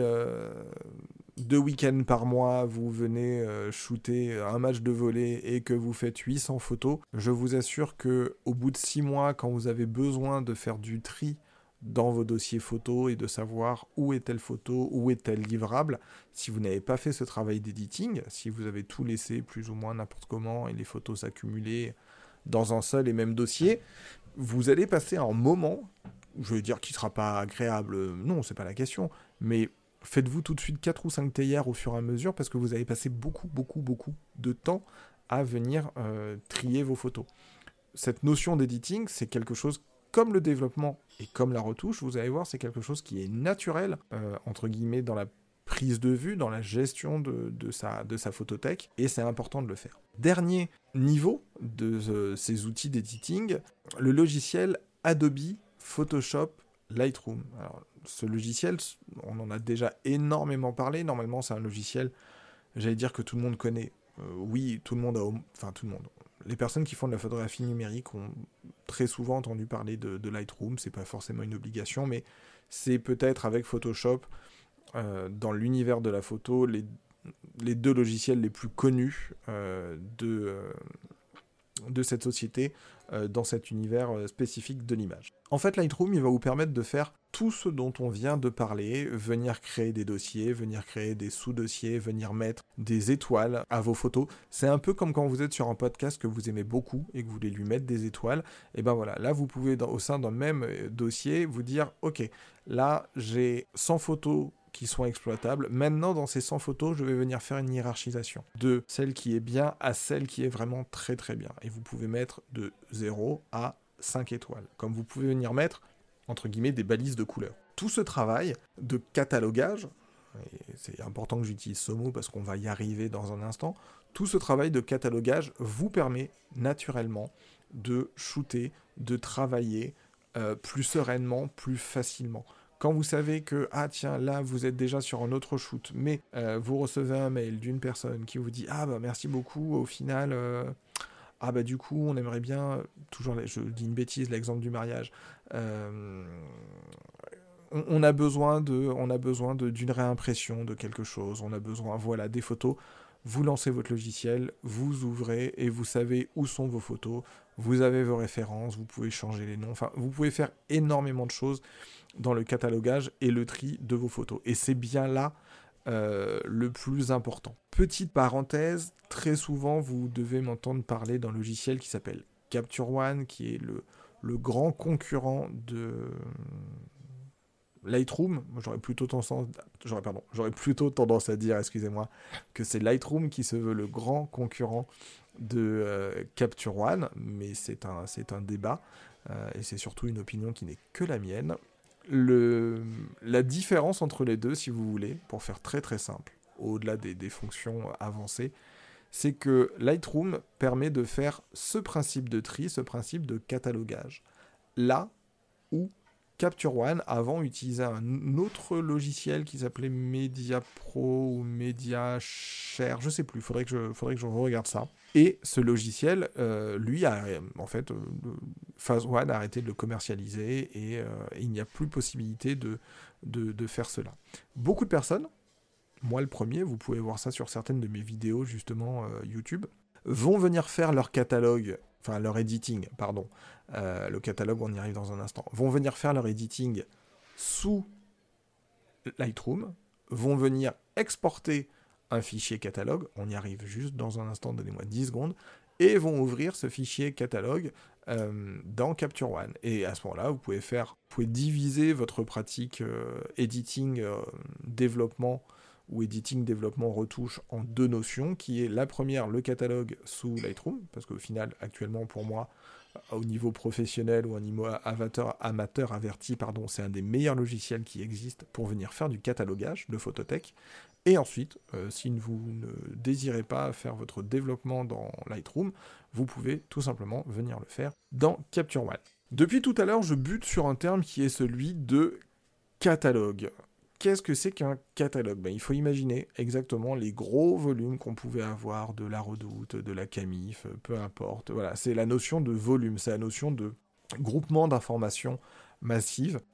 B: 2 week-ends par mois, vous venez shooter un match de volley et que vous faites 800 photos, je vous assure qu'au bout de 6 mois, quand vous avez besoin de faire du tri dans vos dossiers photos et de savoir où est telle photo, où est tel livrable, si vous n'avez pas fait ce travail d'editing, si vous avez tout laissé plus ou moins n'importe comment et les photos s'accumuler dans un seul et même dossier, vous allez passer un moment, je veux dire qui ne sera pas agréable, non, c'est pas la question, mais faites-vous tout de suite 4 ou 5 théières au fur et à mesure parce que vous allez passer beaucoup de temps à venir trier vos photos. Cette notion d'editing, c'est quelque chose comme le développement et comme la retouche, vous allez voir, c'est quelque chose qui est naturel, entre guillemets, dans la prise de vue, dans la gestion de sa photothèque, et c'est important de le faire. Dernier niveau de ces outils d'editing, le logiciel Adobe Photoshop Lightroom. Alors, ce logiciel, on en a déjà énormément parlé. Normalement, c'est un logiciel, j'allais dire que tout le monde connaît. Oui, tout le monde tout le monde. Les personnes qui font de la photographie numérique ont très souvent entendu parler de Lightroom. C'est pas forcément une obligation, mais c'est peut-être avec Photoshop, dans l'univers de la photo, les 2 logiciels les plus connus de cette société dans cet univers spécifique de l'image. En fait, Lightroom, il va vous permettre de faire tout ce dont on vient de parler, venir créer des dossiers, venir créer des sous-dossiers, venir mettre des étoiles à vos photos. C'est un peu comme quand vous êtes sur un podcast que vous aimez beaucoup et que vous voulez lui mettre des étoiles. Et ben voilà, là vous pouvez au sein d'un même dossier vous dire « Ok, là j'ai 100 photos qui sont exploitables. Maintenant, dans ces 100 photos, je vais venir faire une hiérarchisation de celle qui est bien à celle qui est vraiment très très bien. » Et vous pouvez mettre de 0 à 5 étoiles. Comme vous pouvez venir mettre, entre guillemets, des balises de couleurs. Tout ce travail de catalogage, et c'est important que j'utilise ce mot parce qu'on va y arriver dans un instant, tout ce travail de catalogage vous permet naturellement de shooter, de travailler plus sereinement, plus facilement. Quand vous savez que, ah tiens, là, vous êtes déjà sur un autre shoot, mais vous recevez un mail d'une personne qui vous dit « Ah bah merci beaucoup, au final, ah bah du coup, on aimerait bien... » Toujours, je dis une bêtise, l'exemple du mariage. On a besoin d'une réimpression de quelque chose, on a besoin, voilà, des photos. Vous lancez votre logiciel, vous ouvrez et vous savez où sont vos photos, vous avez vos références, vous pouvez changer les noms, enfin, vous pouvez faire énormément de choses dans le catalogage et le tri de vos photos. Et c'est bien là le plus important. Petite parenthèse, très souvent, vous devez m'entendre parler d'un logiciel qui s'appelle Capture One, qui est le grand concurrent de Lightroom. J'aurais plutôt tendance à dire, excusez-moi, que c'est Lightroom qui se veut le grand concurrent de Capture One, mais c'est un débat, et c'est surtout une opinion qui n'est que la mienne. La différence entre les deux, si vous voulez, pour faire très très simple, au-delà des fonctions avancées, c'est que Lightroom permet de faire ce principe de tri, ce principe de catalogage. Là où Capture One, avant, utilisait un autre logiciel qui s'appelait Media Pro ou Media Share, je sais plus, faudrait que je regarde ça. Et ce logiciel, lui, Phase One a arrêté de le commercialiser et il n'y a plus possibilité de faire cela. Beaucoup de personnes, moi le premier, vous pouvez voir ça sur certaines de mes vidéos, justement, YouTube, vont venir faire leur catalogue, enfin leur editing, pardon. Le catalogue, on y arrive dans un instant. Vont venir faire leur editing sous Lightroom, vont venir exporter un fichier catalogue, on y arrive juste dans un instant, donnez-moi 10 secondes, et vont ouvrir ce fichier catalogue dans Capture One. Et à ce moment-là, vous pouvez diviser votre pratique editing, développement, ou editing, développement, retouche en 2 notions, qui est la première, le catalogue sous Lightroom, parce qu'au final, actuellement, pour moi, au niveau professionnel ou au niveau amateur averti, c'est un des meilleurs logiciels qui existent pour venir faire du catalogage de photothèque. Et ensuite, si vous ne désirez pas faire votre développement dans Lightroom, vous pouvez tout simplement venir le faire dans Capture One. Depuis tout à l'heure, je bute sur un terme qui est celui de catalogue. Qu'est-ce que c'est qu'un catalogue ? Il faut imaginer exactement les gros volumes qu'on pouvait avoir de la Redoute, de la Camif, peu importe. Voilà, c'est la notion de volume, c'est la notion de groupement d'informations massives. Et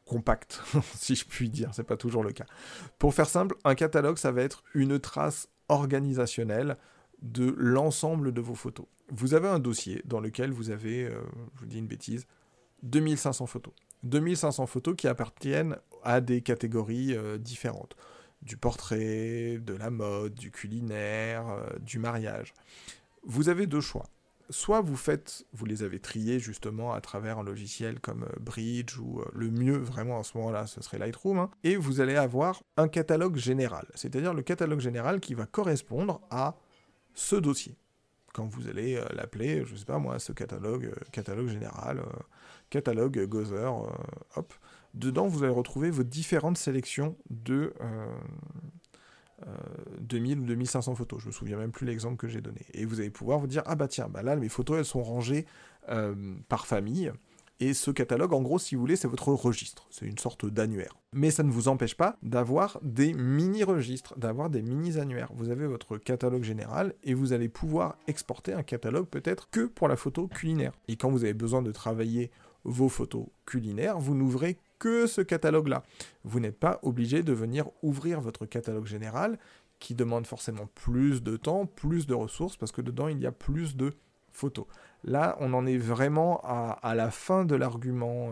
B: compact, si je puis dire, c'est pas toujours le cas. Pour faire simple, un catalogue, ça va être une trace organisationnelle de l'ensemble de vos photos. Vous avez un dossier dans lequel vous avez, je vous dis une bêtise, 2500 photos. 2500 photos qui appartiennent à des catégories différentes. Du portrait, de la mode, du culinaire, du mariage. Vous avez deux choix. Soit vous les avez triés justement à travers un logiciel comme Bridge ou le mieux vraiment en ce moment-là ce serait Lightroom, hein, et vous allez avoir un catalogue général, c'est-à-dire le catalogue général qui va correspondre à ce dossier. Quand vous allez l'appeler, je sais pas moi, ce catalogue général, catalogue Gozer, hop, dedans vous allez retrouver vos différentes sélections de 2000 ou 2500 photos, je me souviens même plus l'exemple que j'ai donné. Et vous allez pouvoir vous dire, ah bah tiens, bah là mes photos elles sont rangées par famille, et ce catalogue en gros si vous voulez c'est votre registre, c'est une sorte d'annuaire. Mais ça ne vous empêche pas d'avoir des mini-registres, d'avoir des mini-annuaires. Vous avez votre catalogue général et vous allez pouvoir exporter un catalogue peut-être que pour la photo culinaire. Et quand vous avez besoin de travailler vos photos culinaires, vous n'ouvrez que ce catalogue-là. Vous n'êtes pas obligé de venir ouvrir votre catalogue général qui demande forcément plus de temps, plus de ressources, parce que dedans, il y a plus de photos. Là, on en est vraiment à la fin de l'argument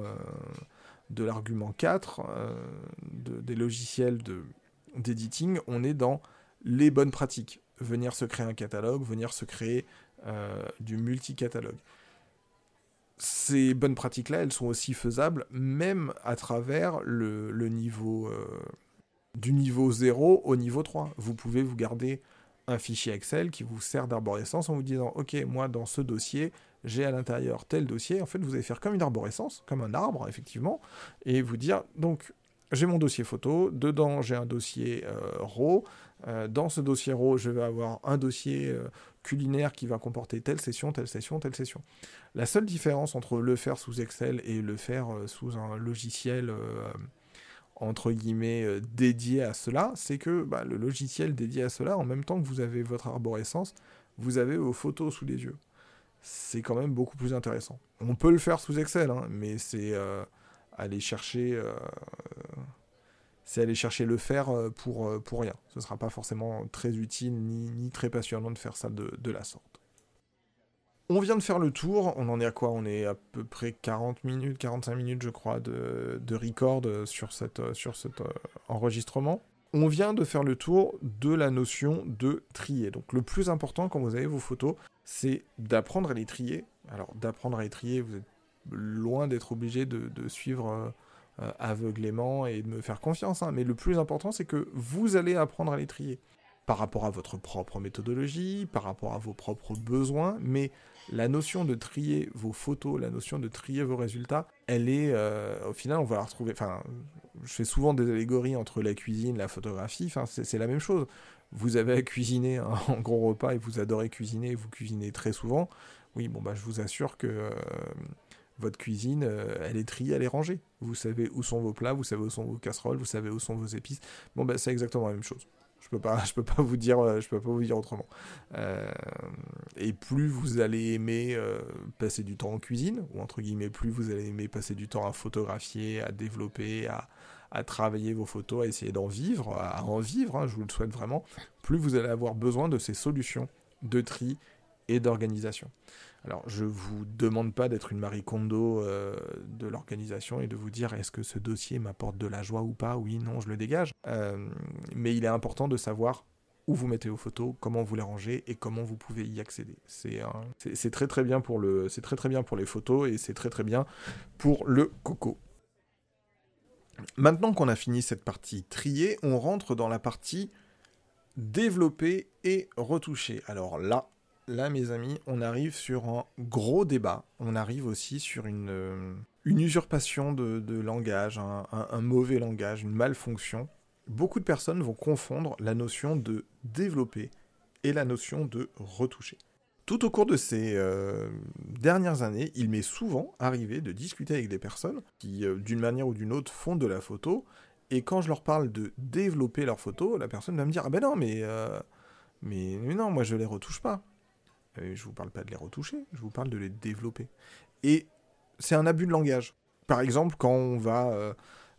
B: 4 des logiciels d'editing. On est dans les bonnes pratiques. Venir se créer un catalogue, venir se créer du multicatalogue. Ces bonnes pratiques-là, elles sont aussi faisables même à travers le niveau du niveau 0 au niveau 3. Vous pouvez vous garder un fichier Excel qui vous sert d'arborescence en vous disant « Ok, moi, dans ce dossier, j'ai à l'intérieur tel dossier. » En fait, vous allez faire comme une arborescence, comme un arbre, effectivement, et vous dire « Donc, j'ai mon dossier photo, dedans, j'ai un dossier RAW. Dans ce dossier RAW, je vais avoir un dossier culinaire qui va comporter telle session, telle session, telle session. » La seule différence entre le faire sous Excel et le faire sous un logiciel entre guillemets dédié à cela, c'est que le logiciel dédié à cela, en même temps que vous avez votre arborescence, vous avez vos photos sous les yeux. C'est quand même beaucoup plus intéressant. On peut le faire sous Excel, hein, mais c'est aller chercher le faire pour rien. Ce ne sera pas forcément très utile ni très passionnant de faire ça de la sorte. On vient de faire le tour, on en est à quoi ? On est à peu près 45 minutes je crois de record sur cet enregistrement. On vient de faire le tour de la notion de trier. Donc le plus important quand vous avez vos photos, c'est d'apprendre à les trier. Alors d'apprendre à les trier, vous êtes loin d'être obligé de suivre aveuglément et de me faire confiance, hein. Mais le plus important c'est que vous allez apprendre à les trier. Par rapport à votre propre méthodologie, par rapport à vos propres besoins, mais la notion de trier vos photos, la notion de trier vos résultats, elle est, au final, on va la retrouver, enfin, je fais souvent des allégories entre la cuisine, la photographie, enfin, c'est la même chose. Vous avez à cuisiner un gros repas et vous adorez cuisiner, vous cuisinez très souvent, oui, bon, je vous assure que votre cuisine, elle est triée, elle est rangée. Vous savez où sont vos plats, vous savez où sont vos casseroles, vous savez où sont vos épices. Bon, c'est exactement la même chose. Je peux pas vous dire autrement. Et plus vous allez aimer passer du temps en cuisine, ou entre guillemets, plus vous allez aimer passer du temps à photographier, à développer, à travailler vos photos, à essayer d'en vivre, à en vivre, hein, je vous le souhaite vraiment, plus vous allez avoir besoin de ces solutions de tri et d'organisation. Alors, je vous demande pas d'être une Marie Kondo de l'organisation et de vous dire est-ce que ce dossier m'apporte de la joie ou pas, oui, non, je le dégage. Mais il est important de savoir où vous mettez vos photos, comment vous les rangez et comment vous pouvez y accéder. C'est très très bien pour les photos et c'est très très bien pour le coco. Maintenant qu'on a fini cette partie triée, on rentre dans la partie développer et retoucher. Alors là, mes amis, on arrive sur un gros débat. On arrive aussi sur une usurpation de langage, un mauvais langage, une malfonction. Beaucoup de personnes vont confondre la notion de développer et la notion de retoucher. Tout au cours de ces dernières années, il m'est souvent arrivé de discuter avec des personnes qui, d'une manière ou d'une autre, font de la photo. Et quand je leur parle de développer leur photo, la personne va me dire « Ah ben non, mais non, moi je les retouche pas. » Je vous parle pas de les retoucher, je vous parle de les développer. Et c'est un abus de langage. Par exemple, quand on va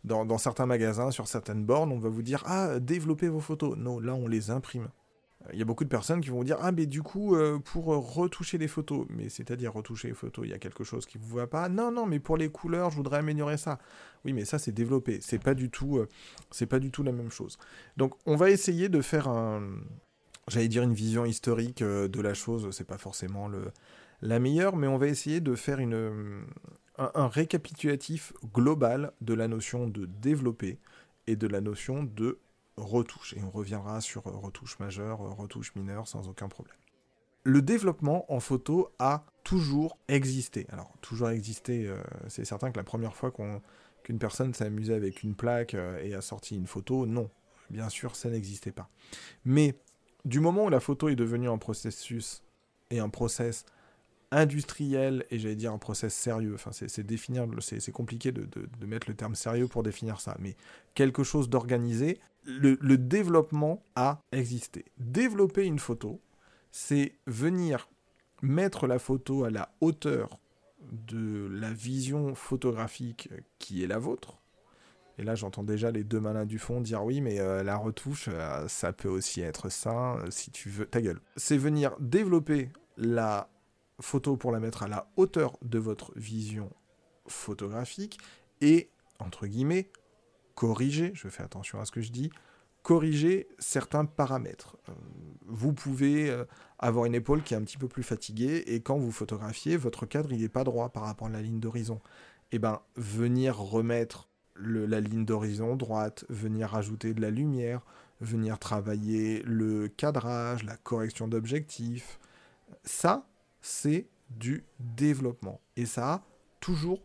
B: Dans certains magasins, sur certaines bornes, on va vous dire « Ah, développez vos photos ». Non, là, on les imprime. Il y a beaucoup de personnes qui vont vous dire « Ah, mais du coup, pour retoucher les photos ». Mais c'est-à-dire retoucher les photos, il y a quelque chose qui ne vous va pas. Non, mais pour les couleurs, je voudrais améliorer ça. Oui, mais ça, c'est développé. C'est pas du tout la même chose. Donc, on va essayer de faire une vision historique de la chose. C'est pas forcément la meilleure, mais on va essayer de faire un récapitulatif global de la notion de développer et de la notion de retouche. Et on reviendra sur retouche majeure, retouche mineure, sans aucun problème. Le développement en photo a toujours existé. Alors, toujours existé, c'est certain que la première fois qu'une personne s'est amusée avec une plaque et a sorti une photo, non. Bien sûr, ça n'existait pas. Mais, du moment où la photo est devenue un processus et un process industriel, et j'allais dire un process sérieux, enfin c'est compliqué de mettre le terme sérieux pour définir ça, mais quelque chose d'organisé, le développement a existé. Développer une photo, c'est venir mettre la photo à la hauteur de la vision photographique qui est la vôtre. Et là, j'entends déjà les deux malins du fond dire « Oui, mais la retouche, ça peut aussi être ça, si tu veux... » Ta gueule. C'est venir développer la photo pour la mettre à la hauteur de votre vision photographique et, entre guillemets, corriger, je fais attention à ce que je dis, corriger certains paramètres. Vous pouvez avoir une épaule qui est un petit peu plus fatiguée et quand vous photographiez, votre cadre il n'est pas droit par rapport à la ligne d'horizon. Et bien, venir remettre la ligne d'horizon droite, venir rajouter de la lumière, venir travailler le cadrage, la correction d'objectifs, ça, c'est du développement. Et ça a toujours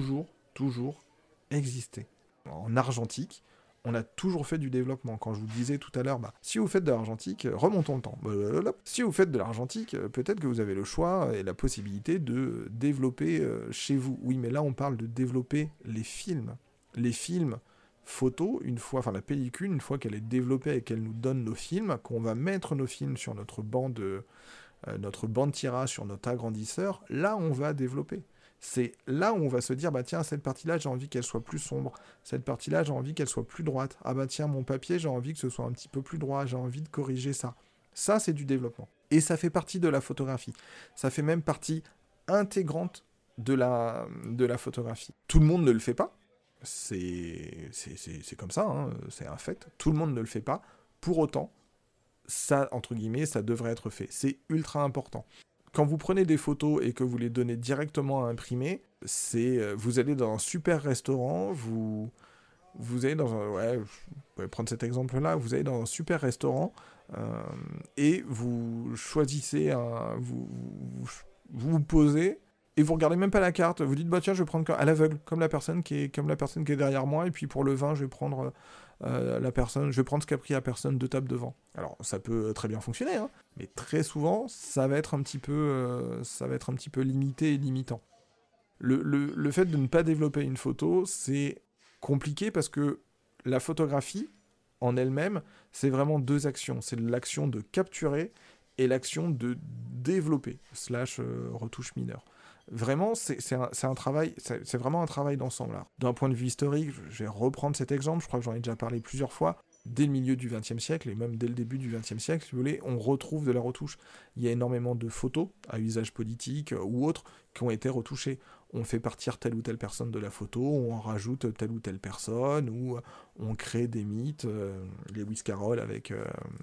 B: existé. En argentique, on a toujours fait du développement. Quand je vous disais tout à l'heure, si vous faites de l'argentique, remontons le temps. Si vous faites de l'argentique, peut-être que vous avez le choix et la possibilité de développer chez vous. Oui, mais là, on parle de développer les films. Les films photos, la pellicule, une fois qu'elle est développée et qu'elle nous donne nos films, qu'on va mettre nos films sur notre banc de tirage, sur notre agrandisseur, là, on va développer. C'est là où on va se dire, tiens, cette partie-là, j'ai envie qu'elle soit plus sombre. Cette partie-là, j'ai envie qu'elle soit plus droite. Ah tiens, mon papier, j'ai envie que ce soit un petit peu plus droit. J'ai envie de corriger ça. Ça, c'est du développement. Et ça fait partie de la photographie. Ça fait même partie intégrante de la photographie. Tout le monde ne le fait pas. C'est comme ça, hein, c'est un fait. Tout le monde ne le fait pas. Pour autant, ça, entre guillemets, ça devrait être fait. C'est ultra important. Quand vous prenez des photos et que vous les donnez directement à imprimer, vous allez dans un super restaurant, vous allez dans un... Ouais, vous pouvez prendre cet exemple-là, vous allez dans un super restaurant et vous choisissez vous posez et vous regardez même pas la carte. Vous dites, tiens, je vais prendre à l'aveugle, comme la personne qui est derrière moi, et puis pour le vin, je vais prendre... je vais prendre ce qu'a pris la personne 2 tables devant. Alors, ça peut très bien fonctionner, hein, mais très souvent, ça va être un petit peu limité et limitant. Le fait de ne pas développer une photo, c'est compliqué parce que la photographie, en elle-même, c'est vraiment 2 actions. C'est l'action de capturer et l'action de développer, / retouche mineure. Vraiment, c'est un travail, c'est vraiment un travail d'ensemble. D'un point de vue historique, je vais reprendre cet exemple, je crois que j'en ai déjà parlé plusieurs fois. Dès le milieu du XXe siècle, et même dès le début du XXe siècle, si vous voulez, on retrouve de la retouche. Il y a énormément de photos, à usage politique ou autres, qui ont été retouchées. On fait partir telle ou telle personne de la photo, on en rajoute telle ou telle personne, ou on crée des mythes. Lewis Carroll avec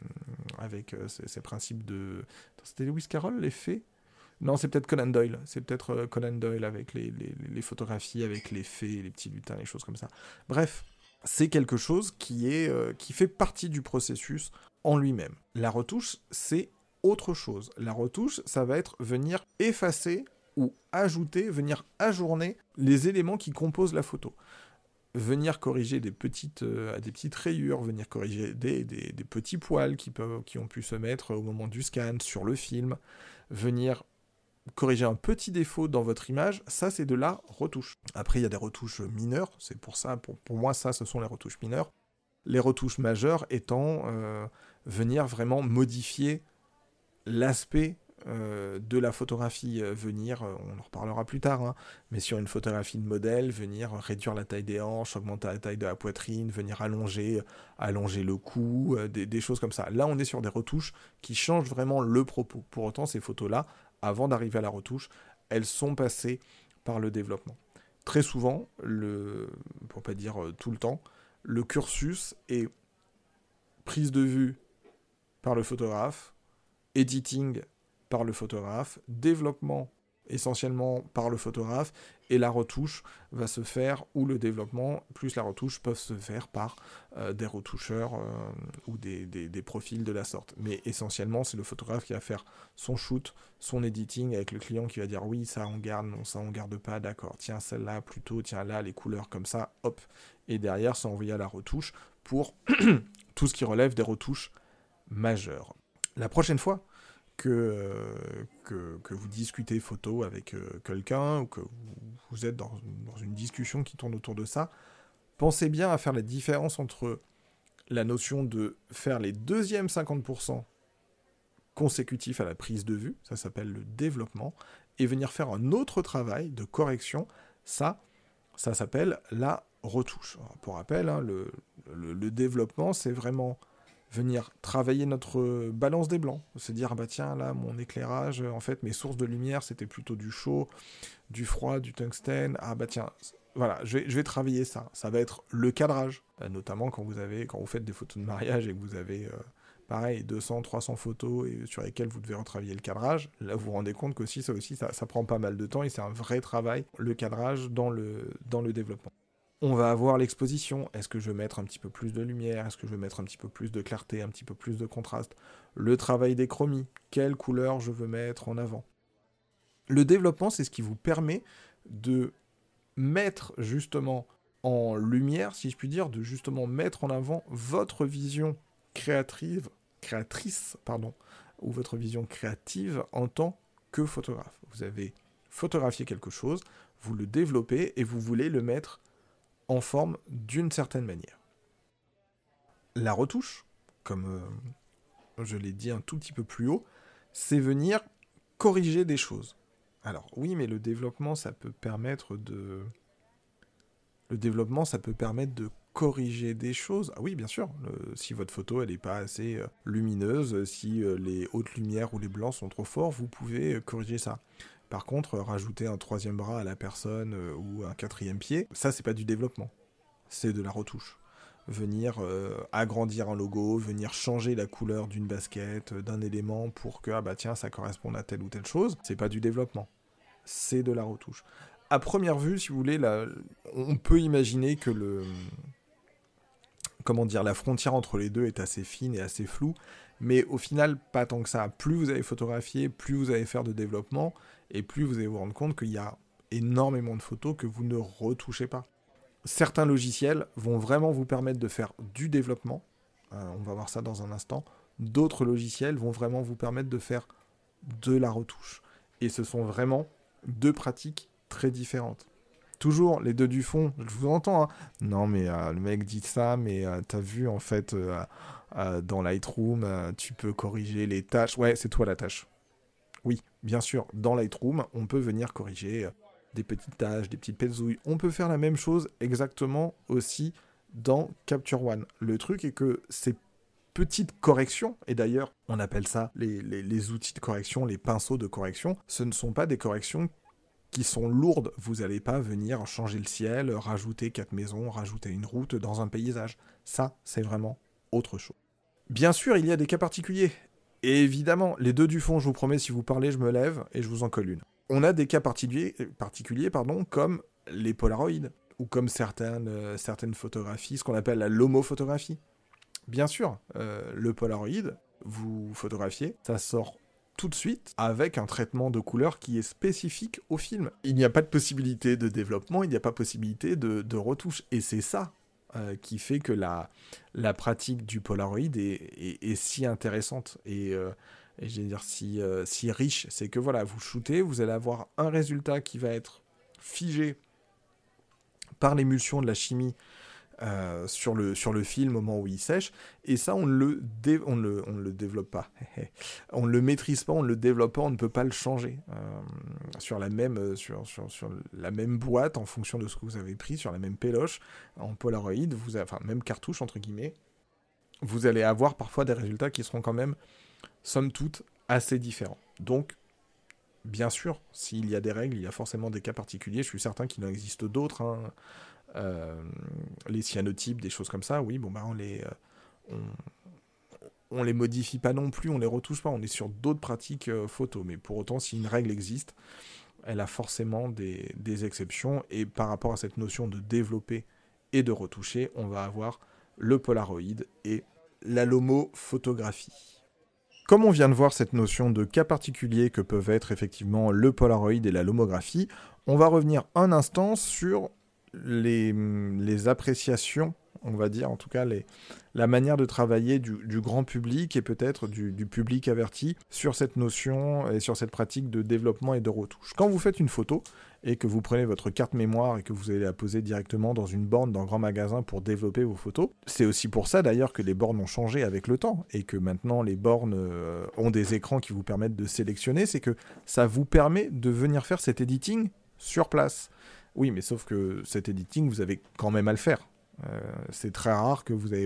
B: ses principes de... C'était Lewis Carroll, les fées ? Non, c'est peut-être Conan Doyle. C'est peut-être Conan Doyle avec les photographies, avec les fées, les petits lutins, les choses comme ça. Bref, c'est quelque chose qui fait partie du processus en lui-même. La retouche, c'est autre chose. La retouche, ça va être venir effacer ou ajouter, venir ajourner les éléments qui composent la photo. Venir corriger des petites rayures, venir corriger des petits poils qui ont pu se mettre au moment du scan sur le film, venir corriger un petit défaut dans votre image, ça c'est de la retouche. Après il y a des retouches mineures, c'est pour ça, pour moi ça ce sont les retouches mineures. Les retouches majeures étant venir vraiment modifier l'aspect de la photographie venir, on en reparlera plus tard, hein, mais sur une photographie de modèle, venir réduire la taille des hanches, augmenter la taille de la poitrine, venir allonger le cou, des choses comme ça. Là, on est sur des retouches qui changent vraiment le propos. Pour autant, ces photos-là, avant d'arriver à la retouche, elles sont passées par le développement. Très souvent, pour pas dire tout le temps, le cursus est prise de vue par le photographe, editing par le photographe, développement essentiellement par le photographe, et la retouche va se faire, ou le développement plus la retouche peuvent se faire par des retoucheurs ou des profils de la sorte. Mais essentiellement, c'est le photographe qui va faire son shoot, son editing, avec le client qui va dire oui, ça on garde, non, ça on garde pas, d'accord, tiens celle-là plutôt, tiens là, les couleurs comme ça, hop. Et derrière, c'est envoyé à la retouche pour tout ce qui relève des retouches majeures. La prochaine fois que vous discutez photo avec quelqu'un, ou que vous êtes dans une discussion qui tourne autour de ça, pensez bien à faire la différence entre la notion de faire les deuxièmes 50% consécutifs à la prise de vue, ça s'appelle le développement, et venir faire un autre travail de correction, ça s'appelle la retouche. Alors, pour rappel, hein, le développement, c'est vraiment venir travailler notre balance des blancs, se dire, ah bah tiens, là, mon éclairage, en fait, mes sources de lumière, c'était plutôt du chaud, du froid, du tungstène, ah bah tiens, voilà, je vais travailler ça. Ça va être le cadrage, notamment quand vous faites des photos de mariage et que vous avez, pareil, 200, 300 photos et sur lesquelles vous devez retravailler le cadrage, là, vous vous rendez compte qu'aussi, ça prend pas mal de temps et c'est un vrai travail, le cadrage dans le développement. On va avoir l'exposition. Est-ce que je vais mettre un petit peu plus de lumière? Est-ce que je vais mettre un petit peu plus de clarté, un petit peu plus de contraste? Le travail des chromis. Quelle couleur je veux mettre en avant? Le développement, c'est ce qui vous permet de mettre justement en lumière, si je puis dire, de justement mettre en avant votre vision créatrice, ou votre vision créative en tant que photographe. Vous avez photographié quelque chose, vous le développez et vous voulez le mettre en forme d'une certaine manière. La retouche, comme je l'ai dit un tout petit peu plus haut, c'est venir corriger des choses. Alors oui, mais le développement, ça peut permettre de corriger des choses. Ah oui, bien sûr, si votre photo elle n'est pas assez lumineuse, si les hautes lumières ou les blancs sont trop forts, vous pouvez corriger ça. Par contre, rajouter un troisième bras à la personne ou un quatrième pied, ça c'est pas du développement, c'est de la retouche. Venir agrandir un logo, venir changer la couleur d'une basket, d'un élément pour que, ah bah tiens, ça corresponde à telle ou telle chose, c'est pas du développement, c'est de la retouche. À première vue, si vous voulez, on peut imaginer que la frontière entre les deux est assez fine et assez floue, mais au final, pas tant que ça. Plus vous allez photographier, plus vous allez faire de développement, et plus vous allez vous rendre compte qu'il y a énormément de photos que vous ne retouchez pas. Certains logiciels vont vraiment vous permettre de faire du développement, on va voir ça dans un instant. D'autres logiciels vont vraiment vous permettre de faire de la retouche. Et ce sont vraiment deux pratiques très différentes. Toujours les deux du fond, je vous entends, hein. Non mais le mec dit ça, mais t'as vu en fait dans Lightroom, tu peux corriger les tâches. Ouais, c'est toi la tâche. Oui, bien sûr, dans Lightroom, on peut venir corriger des petites tâches, des petites pézouilles. On peut faire la même chose exactement aussi dans Capture One. Le truc est que ces petites corrections, et d'ailleurs on appelle ça les outils de correction, les pinceaux de correction, ce ne sont pas des corrections qui sont lourdes. Vous n'allez pas venir changer le ciel, rajouter 4 maisons, rajouter une route dans un paysage. Ça, c'est vraiment autre chose. Bien sûr, il y a des cas particuliers. Et évidemment, les deux du fond, je vous promets, si vous parlez, je me lève et je vous en colle une. On a des cas particuliers, comme les Polaroids, ou comme certaines photographies, ce qu'on appelle la lomophotographie. Bien sûr, le Polaroid, vous photographiez, ça sort tout de suite avec un traitement de couleur qui est spécifique au film. Il n'y a pas de possibilité de développement, il n'y a pas possibilité de retouche. Et c'est ça qui fait que la pratique du Polaroid est si intéressante et je vais dire si riche. C'est que voilà, vous shootez, vous allez avoir un résultat qui va être figé par l'émulsion de la chimie sur le film au moment où il sèche, et ça on le développe pas, on le maîtrise pas, on le développe pas, on ne peut pas le changer sur la même boîte en fonction de ce que vous avez pris, sur la même péloche en Polaroid, même cartouche entre guillemets, vous allez avoir parfois des résultats qui seront quand même somme toute assez différents. Donc bien sûr, s'il y a des règles, il y a forcément des cas particuliers, je suis certain qu'il en existe d'autres, hein. Les cyanotypes, des choses comme ça, oui, on les modifie pas non plus, on les retouche pas, on est sur d'autres pratiques photo, mais pour autant, si une règle existe, elle a forcément des exceptions, et par rapport à cette notion de développer et de retoucher, on va avoir le Polaroid et la lomophotographie. Comme on vient de voir cette notion de cas particuliers que peuvent être effectivement le Polaroid et la lomographie, on va revenir un instant sur les appréciations, on va dire, en tout cas la manière de travailler du grand public et peut-être du public averti sur cette notion et sur cette pratique de développement et de retouche. Quand vous faites une photo et que vous prenez votre carte mémoire et que vous allez la poser directement dans une borne dans un grand magasin pour développer vos photos, c'est aussi pour ça d'ailleurs que les bornes ont changé avec le temps et que maintenant les bornes ont des écrans qui vous permettent de sélectionner, c'est que ça vous permet de venir faire cet editing sur place. Oui, mais sauf que cet editing, vous avez quand même à le faire. C'est très rare que vous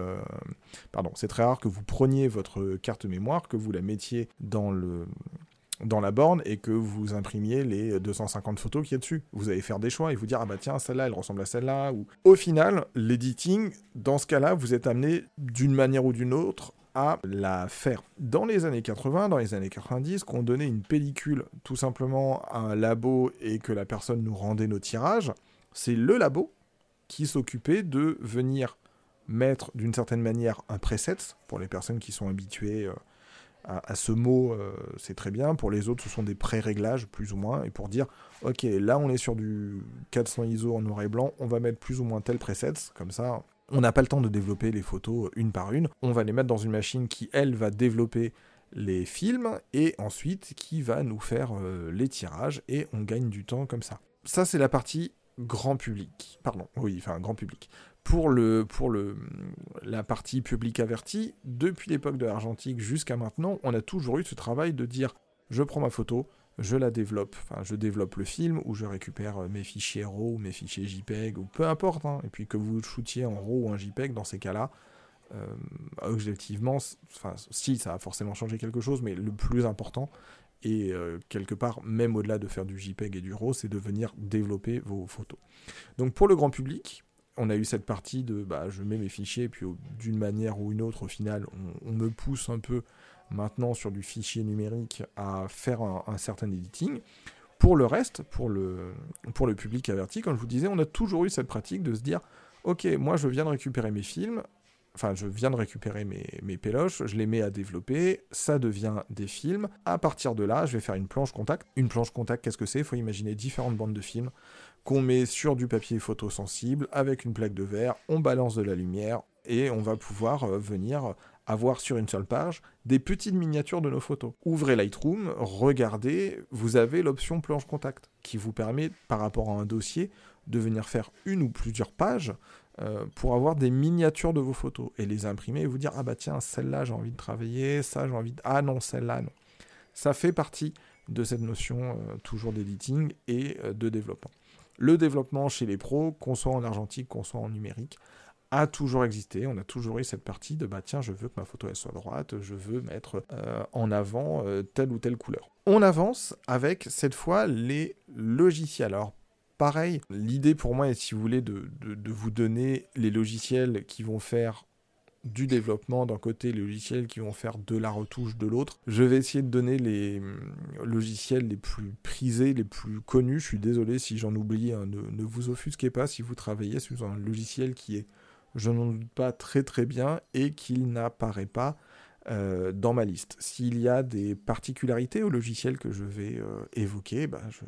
B: c'est très rare que vous preniez votre carte mémoire, que vous la mettiez dans la borne et que vous imprimiez les 250 photos qu'il y a dessus. Vous allez faire des choix et vous dire « Ah bah tiens, celle-là, elle ressemble à celle-là. » Ou... Au final, l'editing, dans ce cas-là, vous êtes amené d'une manière ou d'une autre à la faire. Dans les années 80, dans les années 90, qu'on donnait une pellicule tout simplement à un labo et que la personne nous rendait nos tirages, c'est le labo qui s'occupait de venir mettre d'une certaine manière un preset, pour les personnes qui sont habituées à ce mot, c'est très bien, pour les autres ce sont des pré-réglages plus ou moins, et pour dire ok, là on est sur du 400 ISO en noir et blanc, on va mettre plus ou moins tel preset, comme ça on n'a pas le temps de développer les photos une par une, on va les mettre dans une machine qui elle va développer les films et ensuite qui va nous faire les tirages et on gagne du temps comme ça. Ça c'est la partie grand public, grand public. Pour la partie public averti, depuis l'époque de l'argentique jusqu'à maintenant, on a toujours eu ce travail de dire je prends ma photo, je la développe, je développe le film ou je récupère mes fichiers RAW ou mes fichiers JPEG ou peu importe, hein, et puis que vous shootiez en RAW ou en JPEG, dans ces cas-là, objectivement, si ça a forcément changé quelque chose, mais le plus important, et quelque part, même au-delà de faire du JPEG et du RAW, c'est de venir développer vos photos. Donc pour le grand public, on a eu cette partie de je mets mes fichiers, et puis d'une manière ou une autre, au final, on me pousse un peu maintenant sur du fichier numérique à faire un certain editing. Pour le reste, pour le public averti, comme je vous disais, on a toujours eu cette pratique de se dire ok, moi je viens de récupérer mes films, je viens de récupérer mes péloches, je les mets à développer, ça devient des films. À partir de là, je vais faire une planche contact. Une planche contact, qu'est-ce que c'est ? Il faut imaginer différentes bandes de films qu'on met sur du papier photosensible avec une plaque de verre, on balance de la lumière et on va pouvoir venir avoir sur une seule page des petites miniatures de nos photos. Ouvrez Lightroom, regardez, vous avez l'option planche contact qui vous permet, par rapport à un dossier, de venir faire une ou plusieurs pages pour avoir des miniatures de vos photos et les imprimer et vous dire « Ah bah tiens, celle-là j'ai envie de travailler, ça j'ai envie de... Ah non, celle-là non ». Ça fait partie de cette notion toujours d'editing et de développement. Le développement chez les pros, qu'on soit en argentique, qu'on soit en numérique, a toujours existé. On a toujours eu cette partie de tiens, je veux que ma photo elle soit droite, je veux mettre en avant telle ou telle couleur. On avance avec cette fois les logiciels. Alors pareil, l'idée pour moi est, si vous voulez, de vous donner les logiciels qui vont faire du développement d'un côté, les logiciels qui vont faire de la retouche de l'autre. Je vais essayer de donner les logiciels les plus prisés, les plus connus. Je suis désolé si j'en oublie, hein, ne vous offusquez pas si vous travaillez sur un logiciel qui est, je n'en doute pas, très très bien et qu'il n'apparaît pas dans ma liste. S'il y a des particularités au logiciel que je vais évoquer,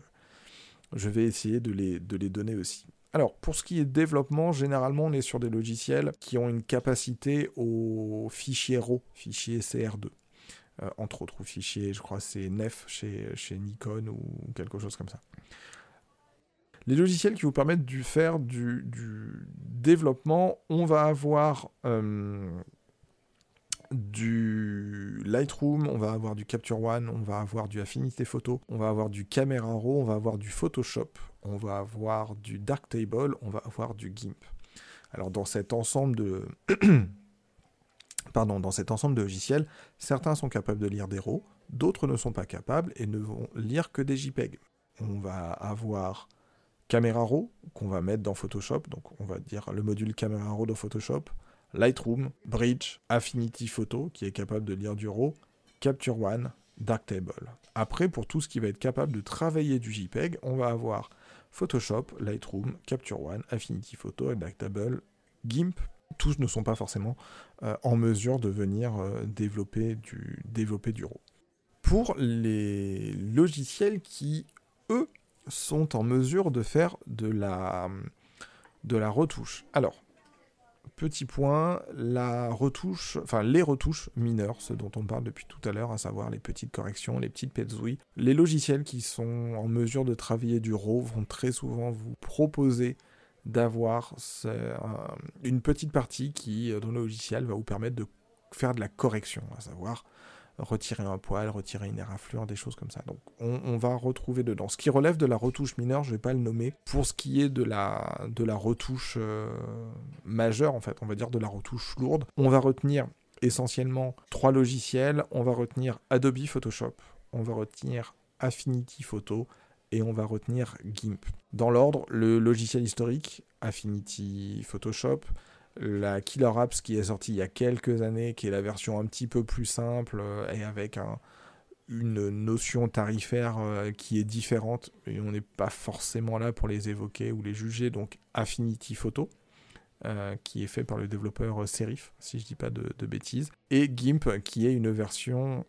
B: je vais essayer de les donner aussi. Alors, pour ce qui est développement, généralement, on est sur des logiciels qui ont une capacité au fichier RAW, fichier CR2. Entre autres, ou fichier, je crois c'est NEF chez Nikon ou quelque chose comme ça. Les logiciels qui vous permettent de faire du développement, on va avoir du Lightroom, on va avoir du Capture One, on va avoir du Affinity Photo, on va avoir du Camera Raw, on va avoir du Photoshop, on va avoir du Darktable, on va avoir du GIMP. Alors dans cet ensemble de logiciels, certains sont capables de lire des RAW, d'autres ne sont pas capables et ne vont lire que des JPEG. On va avoir Camera Raw qu'on va mettre dans Photoshop, donc on va dire le module Camera Raw dans Photoshop, Lightroom, Bridge, Affinity Photo qui est capable de lire du RAW, Capture One, Darktable. Après, pour tout ce qui va être capable de travailler du JPEG, on va avoir Photoshop, Lightroom, Capture One, Affinity Photo et Darktable, GIMP. Tous ne sont pas forcément en mesure de venir développer du RAW. Pour les logiciels qui, eux, sont en mesure de faire de la retouche. Alors, petit point, les retouches mineures, ce dont on parle depuis tout à l'heure, à savoir les petites corrections, les petites petzouilles. Les logiciels qui sont en mesure de travailler du RAW vont très souvent vous proposer d'avoir une petite partie qui, dans le logiciel, va vous permettre de faire de la correction, à savoir retirer un poil, retirer une éraflure, des choses comme ça. Donc on va retrouver dedans. Ce qui relève de la retouche mineure, je ne vais pas le nommer. Pour ce qui est de la retouche majeure, en fait, on va dire de la retouche lourde, on va retenir essentiellement 3 logiciels. On va retenir Adobe Photoshop, on va retenir Affinity Photo et on va retenir GIMP. Dans l'ordre, le logiciel historique, Affinity Photoshop, la Killer Apps qui est sortie il y a quelques années, qui est la version un petit peu plus simple et avec une notion tarifaire qui est différente, et on n'est pas forcément là pour les évoquer ou les juger, donc Affinity Photo, qui est fait par le développeur Serif, si je dis pas de bêtises, et GIMP qui est une version,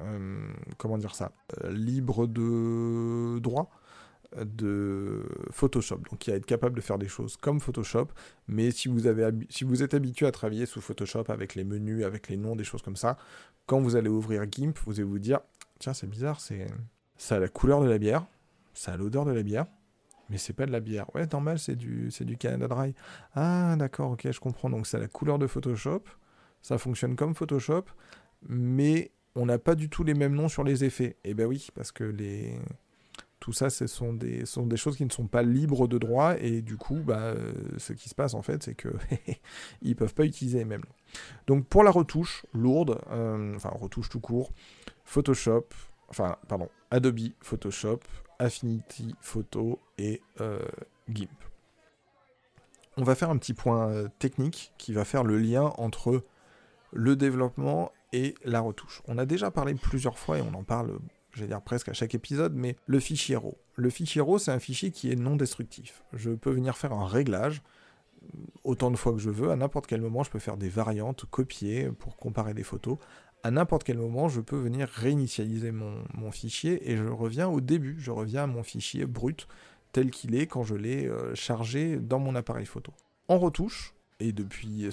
B: libre de droit, de Photoshop, donc qui va être capable de faire des choses comme Photoshop, mais si vous êtes habitué à travailler sous Photoshop avec les menus, avec les noms, des choses comme ça, quand vous allez ouvrir GIMP, vous allez vous dire tiens, c'est bizarre, ça a la couleur de la bière, ça a l'odeur de la bière, mais c'est pas de la bière. Ouais, normal, c'est du Canada Dry. Ah d'accord, ok, je comprends. Donc ça a la couleur de Photoshop, ça fonctionne comme Photoshop, mais on n'a pas du tout les mêmes noms sur les effets. Et ben oui, parce que tout ça, ce sont des choses qui ne sont pas libres de droit, et du coup, ce qui se passe en fait, c'est que ils peuvent pas utiliser les mêmes noms. Donc pour la retouche lourde, retouche tout court, Adobe Photoshop, Affinity Photo et GIMP. On va faire un petit point technique qui va faire le lien entre le développement et la retouche. On a déjà parlé plusieurs fois et on en parle, j'allais dire presque à chaque épisode, mais le fichier RAW. Le fichier RAW, c'est un fichier qui est non destructif. Je peux venir faire un réglage autant de fois que je veux. À n'importe quel moment, je peux faire des variantes, copier pour comparer des photos. À n'importe quel moment, je peux venir réinitialiser mon fichier et je reviens au début. Je reviens à mon fichier brut tel qu'il est quand je l'ai chargé dans mon appareil photo. En retouche, et depuis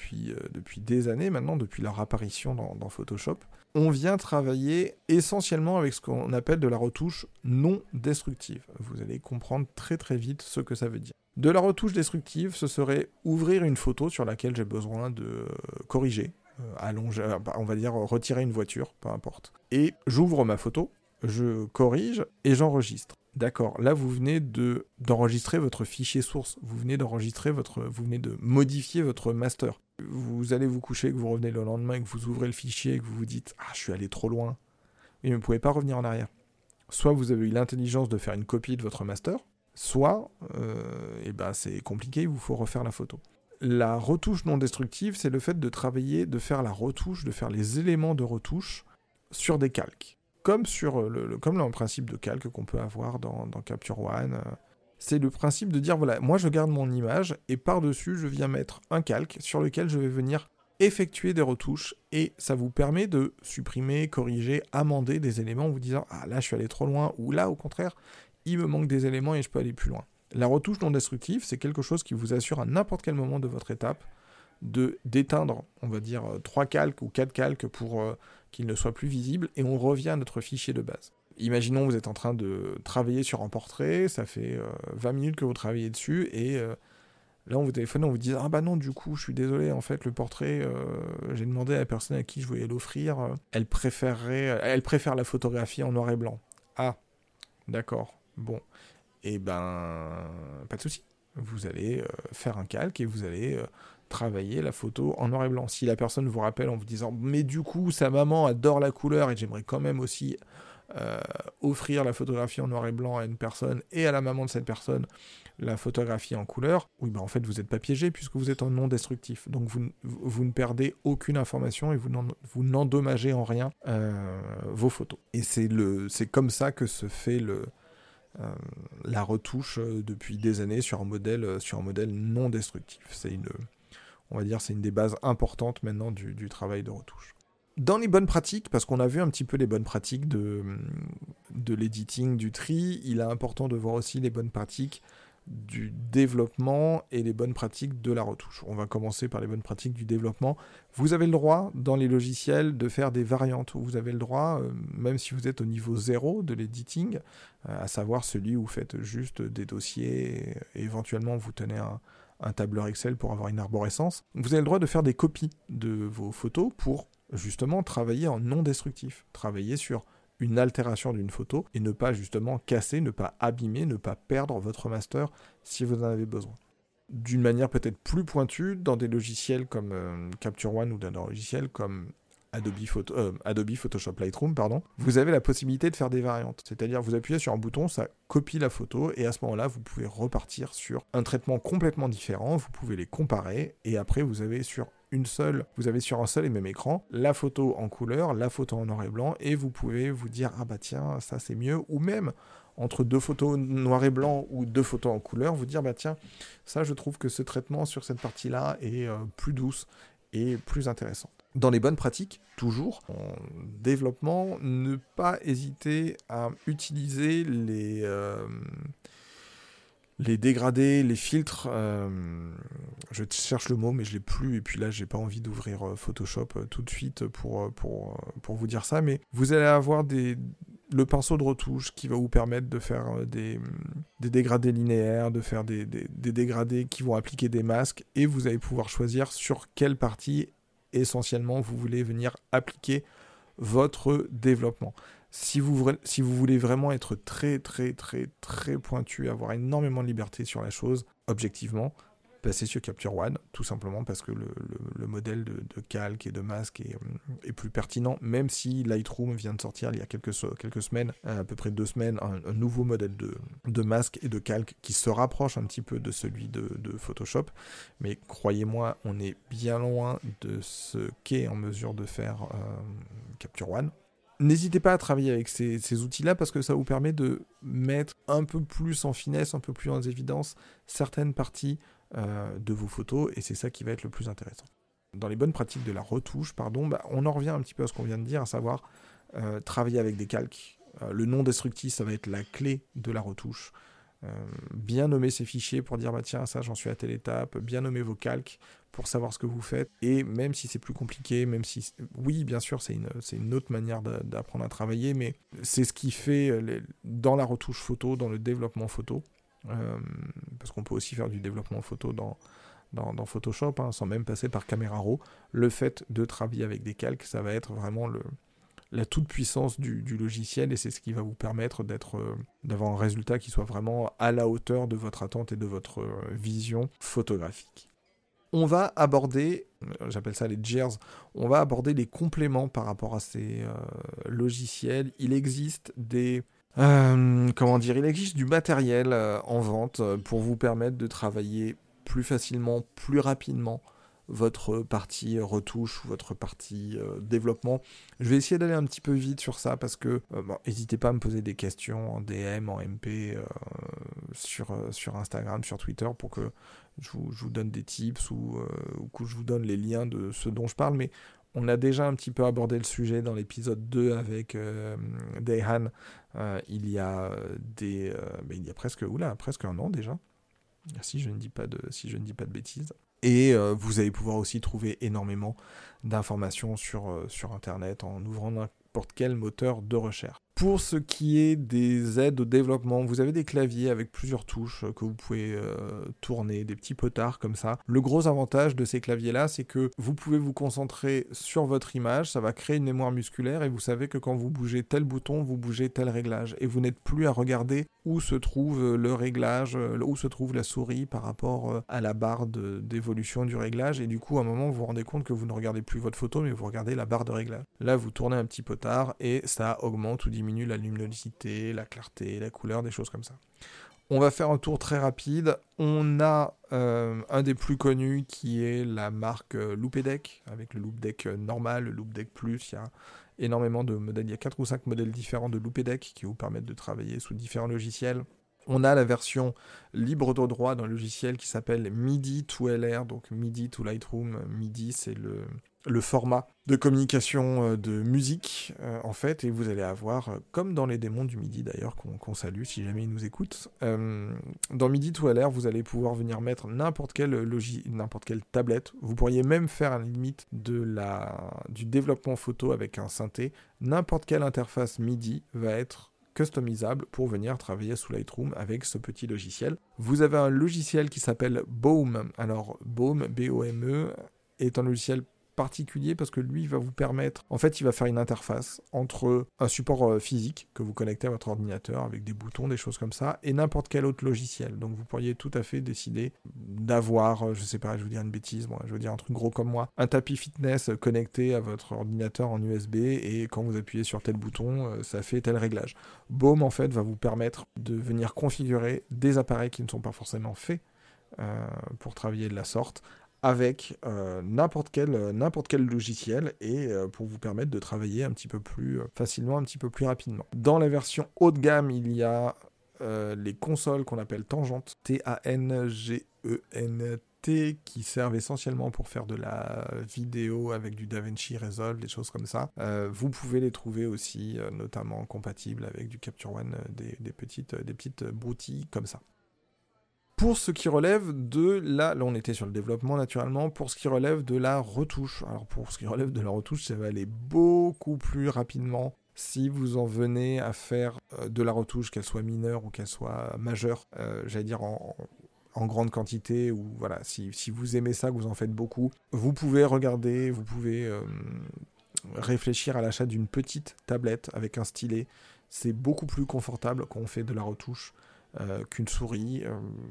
B: des années maintenant, depuis leur apparition dans Photoshop, on vient travailler essentiellement avec ce qu'on appelle de la retouche non destructive. Vous allez comprendre très très vite ce que ça veut dire. De la retouche destructive, ce serait ouvrir une photo sur laquelle j'ai besoin de corriger, allonger, on va dire retirer une voiture, peu importe. Et j'ouvre ma photo, je corrige et j'enregistre. D'accord, là vous venez d'enregistrer votre fichier source, vous venez de modifier votre master. Vous allez vous coucher, que vous revenez le lendemain et que vous ouvrez le fichier et que vous vous dites « Ah, je suis allé trop loin ». Et vous ne pouvez pas revenir en arrière. Soit vous avez eu l'intelligence de faire une copie de votre master, soit c'est compliqué, il vous faut refaire la photo. La retouche non destructive, c'est le fait de travailler, de faire la retouche, de faire les éléments de retouche sur des calques. Comme comme le principe de calque qu'on peut avoir dans Capture One. C'est le principe de dire, voilà, moi je garde mon image et par-dessus je viens mettre un calque sur lequel je vais venir effectuer des retouches et ça vous permet de supprimer, corriger, amender des éléments en vous disant, ah là je suis allé trop loin, ou là au contraire, il me manque des éléments et je peux aller plus loin. La retouche non destructive, c'est quelque chose qui vous assure à n'importe quel moment de votre étape d'éteindre, on va dire, 3 calques ou 4 calques pour qu'ils ne soient plus visibles, et on revient à notre fichier de base. Imaginons vous êtes en train de travailler sur un portrait, ça fait 20 minutes que vous travaillez dessus, et Là, on vous téléphone, on vous dit « Ah bah non, du coup, je suis désolé, en fait, le portrait, j'ai demandé à la personne à qui je voulais l'offrir, elle préfère la photographie en noir et blanc. » Ah, d'accord, bon. Et ben, pas de souci. Vous allez faire un calque et vous allez travailler la photo en noir et blanc. Si la personne vous rappelle en vous disant « Mais du coup, sa maman adore la couleur et j'aimerais quand même aussi offrir la photographie en noir et blanc à une personne et à la maman de cette personne la photographie en couleur », oui, ben en fait, vous n'êtes pas piégé puisque vous êtes en non destructif. Donc, vous ne perdez aucune information et vous n'endommagez en rien vos photos. Et c'est comme ça que se fait la retouche depuis des années sur un modèle non destructif. On va dire, c'est une des bases importantes maintenant du travail de retouche. Dans les bonnes pratiques, parce qu'on a vu un petit peu les bonnes pratiques de l'editing, du tri, il est important de voir aussi les bonnes pratiques du développement et les bonnes pratiques de la retouche. On va commencer par les bonnes pratiques du développement. Vous avez le droit, dans les logiciels, de faire des variantes. Vous avez le droit, même si vous êtes au niveau 0 de l'editing, à savoir celui où vous faites juste des dossiers et éventuellement vous tenez un tableur Excel pour avoir une arborescence. Vous avez le droit de faire des copies de vos photos pour justement travailler en non destructif, travailler sur une altération d'une photo et ne pas justement casser, ne pas abîmer, ne pas perdre votre master si vous en avez besoin. D'une manière peut-être plus pointue, dans des logiciels comme Capture One ou dans des logiciels comme Adobe Photoshop Lightroom, vous avez la possibilité de faire des variantes. C'est-à-dire, vous appuyez sur un bouton, ça copie la photo, et à ce moment-là, vous pouvez repartir sur un traitement complètement différent, vous pouvez les comparer, et après, vous avez sur un seul et même écran, la photo en couleur, la photo en noir et blanc, et vous pouvez vous dire, ah bah tiens, ça c'est mieux, ou même, entre deux photos noir et blanc ou deux photos en couleur, vous dire, bah tiens, ça je trouve que ce traitement sur cette partie-là est plus douce et plus intéressante. Dans les bonnes pratiques, toujours, en développement, ne pas hésiter à utiliser les dégradés, les filtres, je cherche le mot mais je l'ai plus, et puis là j'ai pas envie d'ouvrir Photoshop tout de suite pour vous dire ça, mais vous allez avoir le pinceau de retouche qui va vous permettre de faire des dégradés linéaires, de faire des dégradés qui vont appliquer des masques, et vous allez pouvoir choisir sur quelle partie essentiellement vous voulez venir appliquer votre développement. Si vous voulez vraiment être très très très très pointu, avoir énormément de liberté sur la chose, objectivement, passez sur Capture One, tout simplement parce que le modèle de calque et de masque est plus pertinent, même si Lightroom vient de sortir il y a quelques semaines, à peu près 2 semaines, un nouveau modèle de masque et de calque qui se rapproche un petit peu de celui de Photoshop, mais croyez-moi, on est bien loin de ce qu'est en mesure de faire Capture One. N'hésitez pas à travailler avec ces outils-là parce que ça vous permet de mettre un peu plus en finesse, un peu plus en évidence certaines parties de vos photos, et c'est ça qui va être le plus intéressant. Dans les bonnes pratiques de la retouche, on en revient un petit peu à ce qu'on vient de dire, à savoir travailler avec des calques. Le non destructif, ça va être la clé de la retouche. Bien nommer ces fichiers pour dire tiens, ça j'en suis à telle étape, bien nommer vos calques pour savoir ce que vous faites, et même si c'est plus compliqué, oui bien sûr c'est une autre manière d'apprendre à travailler, mais c'est ce qui fait dans la retouche photo, dans le développement photo, parce qu'on peut aussi faire du développement photo dans Photoshop, sans même passer par Camera Raw. Le fait de travailler avec des calques, ça va être vraiment la toute-puissance du logiciel, et c'est ce qui va vous permettre d'avoir un résultat qui soit vraiment à la hauteur de votre attente et de votre vision photographique. On va aborder, j'appelle ça les gears, on va aborder les compléments par rapport à ces logiciels. Il existe il existe du matériel en vente pour vous permettre de travailler plus facilement, plus rapidement votre partie retouche ou votre partie développement. Je vais essayer d'aller un petit peu vite sur ça parce que n'hésitez pas à me poser des questions en DM, en MP, sur Instagram, sur Twitter, pour que je vous donne des tips ou que je vous donne les liens de ce dont je parle. Mais on a déjà un petit peu abordé le sujet dans l'épisode 2 avec Dayhan il y a presque un an déjà, si je ne dis pas de bêtises. Et vous allez pouvoir aussi trouver énormément d'informations sur Internet en ouvrant n'importe quel moteur de recherche. Pour ce qui est des aides au développement, vous avez des claviers avec plusieurs touches que vous pouvez tourner, des petits potards comme ça. Le gros avantage de ces claviers-là, c'est que vous pouvez vous concentrer sur votre image, ça va créer une mémoire musculaire et vous savez que quand vous bougez tel bouton, vous bougez tel réglage. Et vous n'êtes plus à regarder où se trouve le réglage, où se trouve la souris par rapport à la barre d'évolution du réglage. Et du coup, à un moment, vous vous rendez compte que vous ne regardez plus votre photo, mais vous regardez la barre de réglage. Là, vous tournez un petit potard et ça augmente ou diminue la luminosité, la clarté, la couleur, des choses comme ça. On va faire un tour très rapide. On a un des plus connus qui est la marque Loupedeck, avec le Loupedeck normal, le Loupedeck Plus. Il y a énormément de modèles, il y a 4 ou 5 modèles différents de Loupedeck qui vous permettent de travailler sous différents logiciels. On a la version libre de droit d'un logiciel qui s'appelle MIDI to LR, donc MIDI to Lightroom. MIDI, c'est le format de communication de musique, en fait, et vous allez avoir, comme dans les démons du MIDI d'ailleurs, qu'on salue si jamais ils nous écoutent, dans MIDI to LR, vous allez pouvoir venir mettre n'importe quelle tablette. Vous pourriez même faire à la limite du développement photo avec un synthé. N'importe quelle interface MIDI va être customisable pour venir travailler sous Lightroom avec ce petit logiciel. Vous avez un logiciel qui s'appelle BOME. Alors BOME, B-O-M-E, est un logiciel particulier parce que lui, il va vous permettre, en fait, il va faire une interface entre un support physique que vous connectez à votre ordinateur avec des boutons, des choses comme ça, et n'importe quel autre logiciel. Donc vous pourriez tout à fait décider d'avoir, je sais pas, je veux dire une bêtise, je veux dire un truc gros comme moi, un tapis fitness connecté à votre ordinateur en USB et quand vous appuyez sur tel bouton, ça fait tel réglage. BOME, en fait, va vous permettre de venir configurer des appareils qui ne sont pas forcément faits pour travailler de la sorte, avec n'importe quel logiciel et pour vous permettre de travailler un petit peu plus facilement, un petit peu plus rapidement. Dans la version haut de gamme, il y a les consoles qu'on appelle tangentes, T-A-N-G-E-N-T, qui servent essentiellement pour faire de la vidéo avec du DaVinci Resolve, des choses comme ça. Vous pouvez les trouver aussi, notamment compatibles avec du Capture One, des petites broutilles comme ça. Pour ce qui relève de là on était sur le développement naturellement, pour ce qui relève de la retouche. Alors pour ce qui relève de la retouche, ça va aller beaucoup plus rapidement si vous en venez à faire de la retouche, qu'elle soit mineure ou qu'elle soit majeure, j'allais dire en grande quantité, ou voilà, si vous aimez ça, que vous en faites beaucoup, vous pouvez regarder, vous pouvez réfléchir à l'achat d'une petite tablette avec un stylet. C'est beaucoup plus confortable quand on fait de la retouche qu'une souris.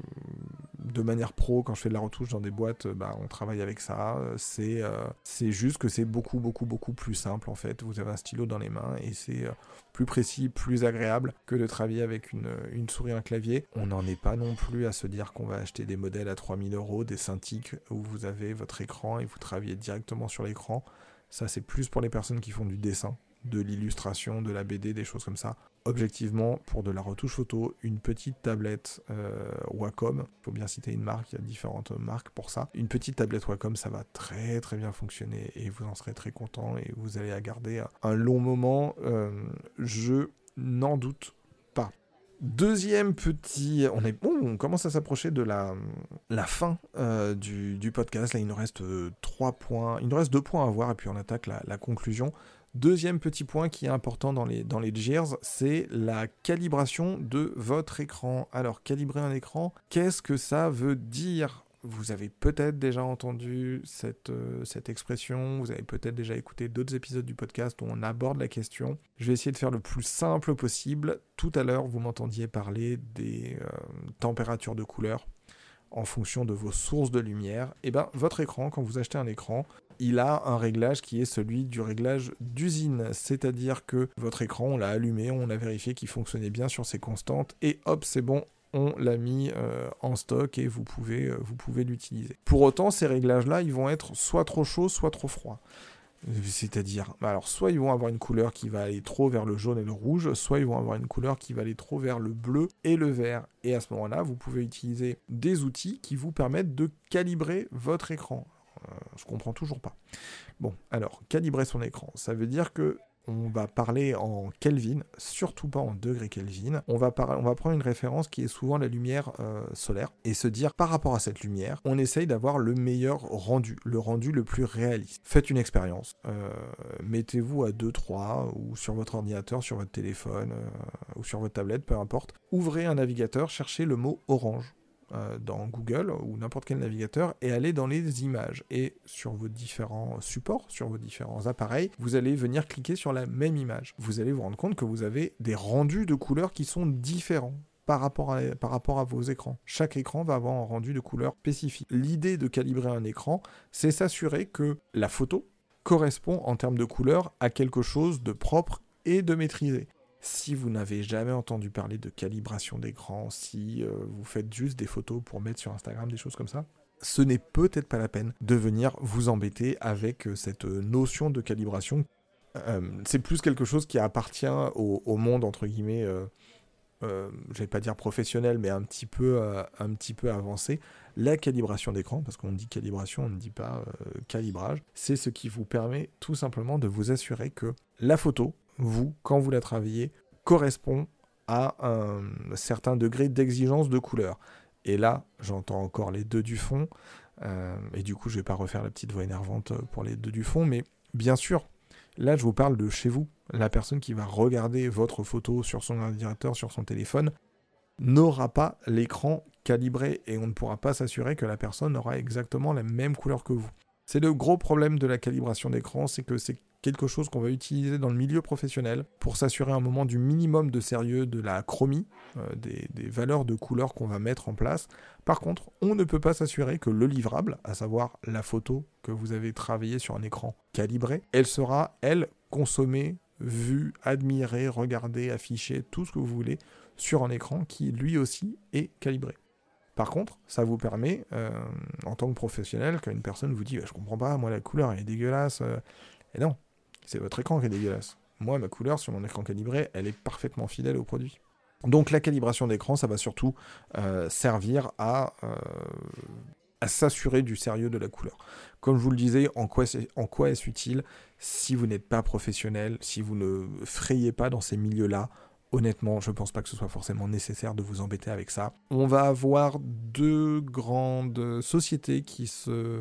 B: De manière pro, quand je fais de la retouche dans des boîtes, on travaille avec ça. C'est juste que c'est beaucoup plus simple en fait. Vous avez un stylo dans les mains et c'est plus précis, plus agréable que de travailler avec une souris et un clavier. On n'en est pas non plus à se dire qu'on va acheter des modèles à 3000 €, des Cintiq où vous avez votre écran et vous travaillez directement sur l'écran. Ça, c'est plus pour les personnes qui font du dessin, de l'illustration, de la BD, des choses comme ça. Objectivement, pour de la retouche photo, une petite tablette Wacom, il faut bien citer une marque, il y a différentes marques pour ça. Une petite tablette Wacom, ça va très très bien fonctionner et vous en serez très content et vous allez la garder un long moment, je n'en doute pas. Deuxième petit... On commence à s'approcher de la fin du podcast. Là, il nous reste 3 points. Il nous reste 2 points à voir et puis on attaque la conclusion. Deuxième petit point qui est important dans les GIRS, c'est la calibration de votre écran. Alors, calibrer un écran, qu'est-ce que ça veut dire ? Vous avez peut-être déjà entendu cette expression, vous avez peut-être déjà écouté d'autres épisodes du podcast où on aborde la question. Je vais essayer de faire le plus simple possible. Tout à l'heure, vous m'entendiez parler des températures de couleur en fonction de vos sources de lumière. Et bien, votre écran, quand vous achetez un écran, il a un réglage qui est celui du réglage d'usine, c'est-à-dire que votre écran, on l'a allumé, on a vérifié qu'il fonctionnait bien sur ses constantes, et hop, c'est bon, on l'a mis en stock et vous pouvez l'utiliser. Pour autant, ces réglages-là, ils vont être soit trop chauds, soit trop froids. C'est-à-dire, alors soit ils vont avoir une couleur qui va aller trop vers le jaune et le rouge, soit ils vont avoir une couleur qui va aller trop vers le bleu et le vert. Et à ce moment-là, vous pouvez utiliser des outils qui vous permettent de calibrer votre écran. Je comprends toujours pas. Bon, alors, calibrer son écran, ça veut dire que On va parler en Kelvin, surtout pas en degrés Kelvin. On va prendre une référence qui est souvent la lumière solaire et se dire par rapport à cette lumière, on essaye d'avoir le meilleur rendu, le rendu le plus réaliste. Faites une expérience. Mettez-vous à 2-3 ou sur votre ordinateur, sur votre téléphone ou sur votre tablette, peu importe. Ouvrez un navigateur, cherchez le mot orange dans Google ou n'importe quel navigateur et allez dans les images. Et sur vos différents supports, sur vos différents appareils, vous allez venir cliquer sur la même image. Vous allez vous rendre compte que vous avez des rendus de couleurs qui sont différents par rapport à vos écrans. Chaque écran va avoir un rendu de couleurs spécifique. L'idée de calibrer un écran, c'est s'assurer que la photo correspond en termes de couleurs à quelque chose de propre et de maîtrisé. Si vous n'avez jamais entendu parler de calibration d'écran, si vous faites juste des photos pour mettre sur Instagram, des choses comme ça, ce n'est peut-être pas la peine de venir vous embêter avec cette notion de calibration. C'est plus quelque chose qui appartient au monde, entre guillemets, je vais pas dire professionnel, mais un petit peu avancé. La calibration d'écran, parce qu'on dit calibration, on ne dit pas calibrage, c'est ce qui vous permet tout simplement de vous assurer que la photo, vous, quand vous la travaillez, correspond à un certain degré d'exigence de couleur. Et là, j'entends encore les deux du fond, et du coup, je vais pas refaire la petite voix énervante pour les deux du fond, mais bien sûr, là, je vous parle de chez vous. La personne qui va regarder votre photo sur son ordinateur, sur son téléphone, n'aura pas l'écran calibré, et on ne pourra pas s'assurer que la personne aura exactement la même couleur que vous. C'est le gros problème de la calibration d'écran, c'est que c'est quelque chose qu'on va utiliser dans le milieu professionnel pour s'assurer un moment du minimum de sérieux de la chromie, des valeurs de couleurs qu'on va mettre en place. Par contre, on ne peut pas s'assurer que le livrable, à savoir la photo que vous avez travaillée sur un écran calibré, elle sera, elle, consommée, vue, admirée, regardée, affichée, tout ce que vous voulez, sur un écran qui, lui aussi, est calibré. Par contre, ça vous permet, en tant que professionnel, quand une personne vous dit « Je comprends pas, moi la couleur elle est dégueulasse », et non, c'est votre écran qui est dégueulasse. Moi, ma couleur sur mon écran calibré, elle est parfaitement fidèle au produit. Donc la calibration d'écran, ça va surtout servir à s'assurer du sérieux de la couleur. Comme je vous le disais, en quoi est-ce utile si vous n'êtes pas professionnel, si vous ne frayez pas dans ces milieux-là? Honnêtement, je ne pense pas que ce soit forcément nécessaire de vous embêter avec ça. On va avoir deux grandes sociétés qui se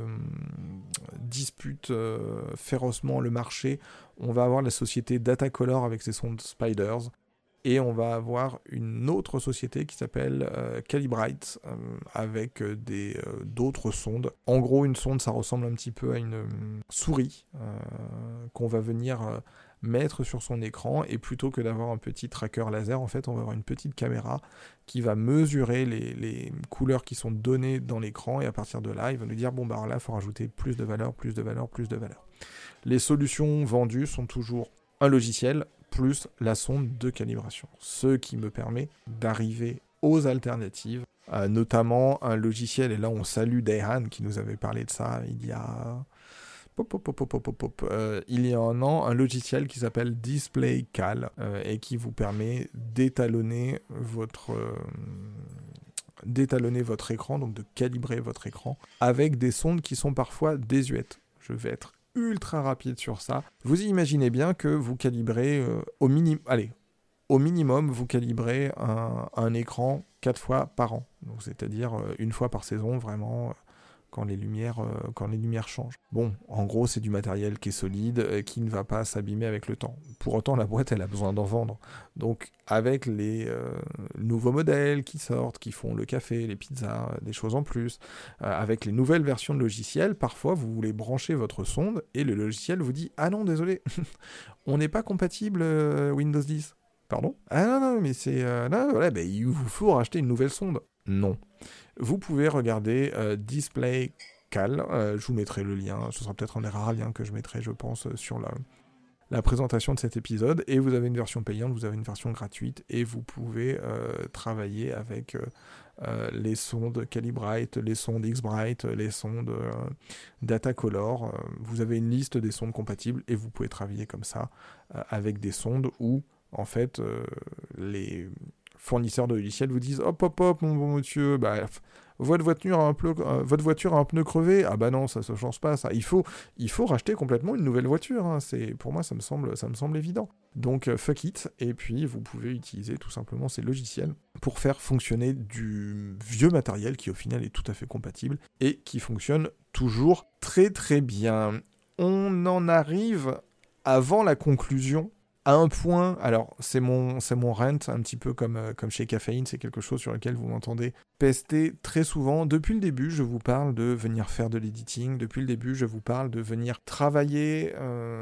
B: disputent férocement le marché. On va avoir la société Datacolor avec ses sondes Spiders. Et on va avoir une autre société qui s'appelle Calibrite avec d'autres sondes. En gros, une sonde, ça ressemble un petit peu à une souris qu'on va venir mettre sur son écran. Et plutôt que d'avoir un petit tracker laser, en fait, on va avoir une petite caméra qui va mesurer les couleurs qui sont données dans l'écran. Et à partir de là, il va nous dire, bon, bah là, il faut rajouter plus de valeur, plus de valeur, plus de valeur. Les solutions vendues sont toujours un logiciel plus la sonde de calibration. Ce qui me permet d'arriver aux alternatives, notamment un logiciel, et là on salue Daihan qui nous avait parlé de ça il y a... il y a un an, un logiciel qui s'appelle DisplayCal et qui vous permet d'étalonner votre écran, donc de calibrer votre écran avec des sondes qui sont parfois désuètes. Je vais être ultra rapide sur ça. Vous imaginez bien que vous calibrez au minimum, vous calibrez un écran 4 fois par an. Donc, c'est-à-dire une fois par saison, vraiment, quand les lumières changent. Bon, en gros, c'est du matériel qui est solide, qui ne va pas s'abîmer avec le temps. Pour autant, la boîte, elle a besoin d'en vendre. Donc, avec les nouveaux modèles qui sortent, qui font le café, les pizzas, des choses en plus, avec les nouvelles versions de logiciels, parfois, vous voulez brancher votre sonde et le logiciel vous dit « Ah non, désolé, on n'est pas compatible Windows 10. » Pardon ? Ah non, mais c'est... il vous faut racheter une nouvelle sonde. Non. Vous pouvez regarder DisplayCal, je vous mettrai le lien, ce sera peut-être un des rares liens que je mettrai, je pense, sur la présentation de cet épisode, et vous avez une version payante, vous avez une version gratuite, et vous pouvez travailler avec les sondes Calibrite, les sondes X-Bright, les sondes Datacolor, vous avez une liste des sondes compatibles, et vous pouvez travailler comme ça, avec des sondes où, en fait, les fournisseurs de logiciels vous disent hop, mon bon monsieur, votre voiture a un pneu crevé, ah bah non, ça se change pas, ça. Il faut racheter complètement une nouvelle voiture, hein. Pour moi, ça me semble évident. Donc, fuck it, et puis vous pouvez utiliser tout simplement ces logiciels pour faire fonctionner du vieux matériel qui, au final, est tout à fait compatible et qui fonctionne toujours très très bien. On en arrive avant la conclusion à un point, alors c'est mon rant, un petit peu comme chez Caféine, c'est quelque chose sur lequel vous m'entendez pester très souvent. Depuis le début, je vous parle de venir faire de l'editing, depuis le début, je vous parle de venir travailler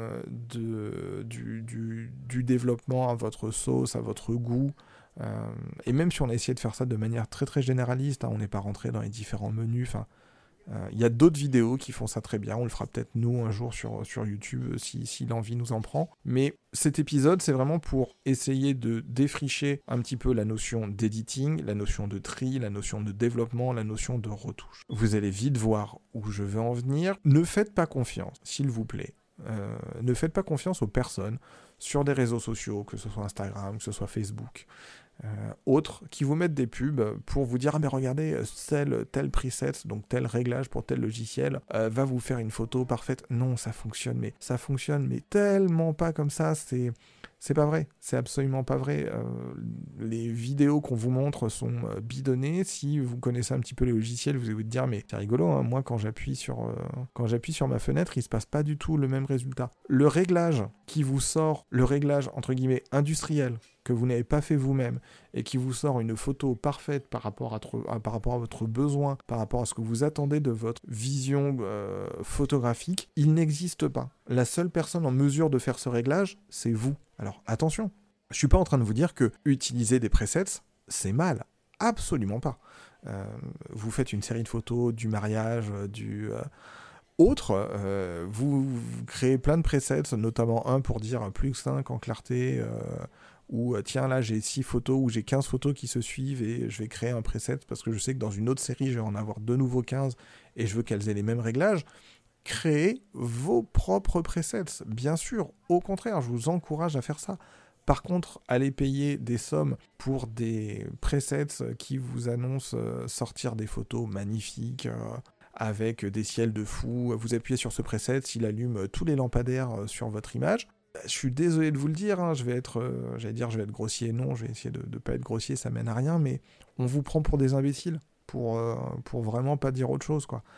B: du développement à votre sauce, à votre goût. Et même si on a essayé de faire ça de manière très très généraliste, hein, on n'est pas rentré dans les différents menus, il y a d'autres vidéos qui font ça très bien, on le fera peut-être nous un jour sur YouTube si l'envie nous en prend. Mais cet épisode, c'est vraiment pour essayer de défricher un petit peu la notion d'editing, la notion de tri, la notion de développement, la notion de retouche. Vous allez vite voir où je veux en venir. Ne faites pas confiance, s'il vous plaît. Ne faites pas confiance aux personnes sur des réseaux sociaux, que ce soit Instagram, que ce soit Facebook, autres, qui vous mettent des pubs pour vous dire « Ah mais regardez, tel preset, donc tel réglage pour tel logiciel, va vous faire une photo parfaite. » Non, ça fonctionne mais tellement pas comme ça, c'est pas vrai, c'est absolument pas vrai. Les vidéos qu'on vous montre sont bidonnées. Si vous connaissez un petit peu les logiciels, vous allez vous dire mais c'est rigolo, hein, moi quand j'appuie sur ma fenêtre, il se passe pas du tout le même résultat. Le réglage qui vous sort, le réglage entre guillemets industriel que vous n'avez pas fait vous-même et qui vous sort une photo parfaite par rapport à votre besoin, par rapport à ce que vous attendez de votre vision photographique, il n'existe pas. La seule personne en mesure de faire ce réglage, c'est vous. Alors attention, je suis pas en train de vous dire que utiliser des presets, c'est mal. Absolument pas. Vous faites une série de photos du mariage, vous créez plein de presets, notamment un pour dire plus 5 en clarté, ou tiens là j'ai 6 photos ou j'ai 15 photos qui se suivent et je vais créer un preset parce que je sais que dans une autre série je vais en avoir de nouveau 15 et je veux qu'elles aient les mêmes réglages. Créez vos propres presets, bien sûr, au contraire, je vous encourage à faire ça. Par contre, allez payer des sommes pour des presets qui vous annoncent sortir des photos magnifiques, avec des ciels de fou, vous appuyez sur ce preset, il allume tous les lampadaires sur votre image. Je suis désolé de vous le dire, hein, je vais être grossier, non, je vais essayer de pas être grossier, ça mène à rien, mais on vous prend pour des imbéciles, pour vraiment pas dire autre chose, quoi.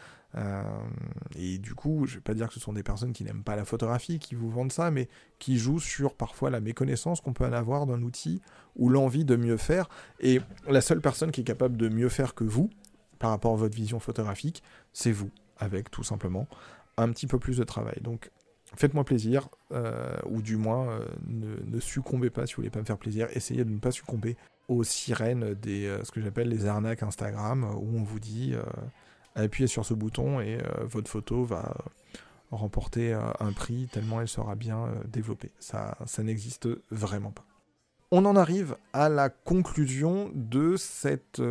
B: Et du coup, je vais pas dire que ce sont des personnes qui n'aiment pas la photographie, qui vous vendent ça, mais qui jouent sur parfois la méconnaissance qu'on peut en avoir d'un outil, ou l'envie de mieux faire, et la seule personne qui est capable de mieux faire que vous, par rapport à votre vision photographique, c'est vous, avec tout simplement un petit peu plus de travail. Donc, faites-moi plaisir, ou du moins, ne succombez pas si vous voulez pas me faire plaisir. Essayez de ne pas succomber aux sirènes ce que j'appelle les arnaques Instagram, où on vous dit appuyez sur ce bouton et votre photo va remporter un prix tellement elle sera bien développée. Ça n'existe vraiment pas. On en arrive à la conclusion de cet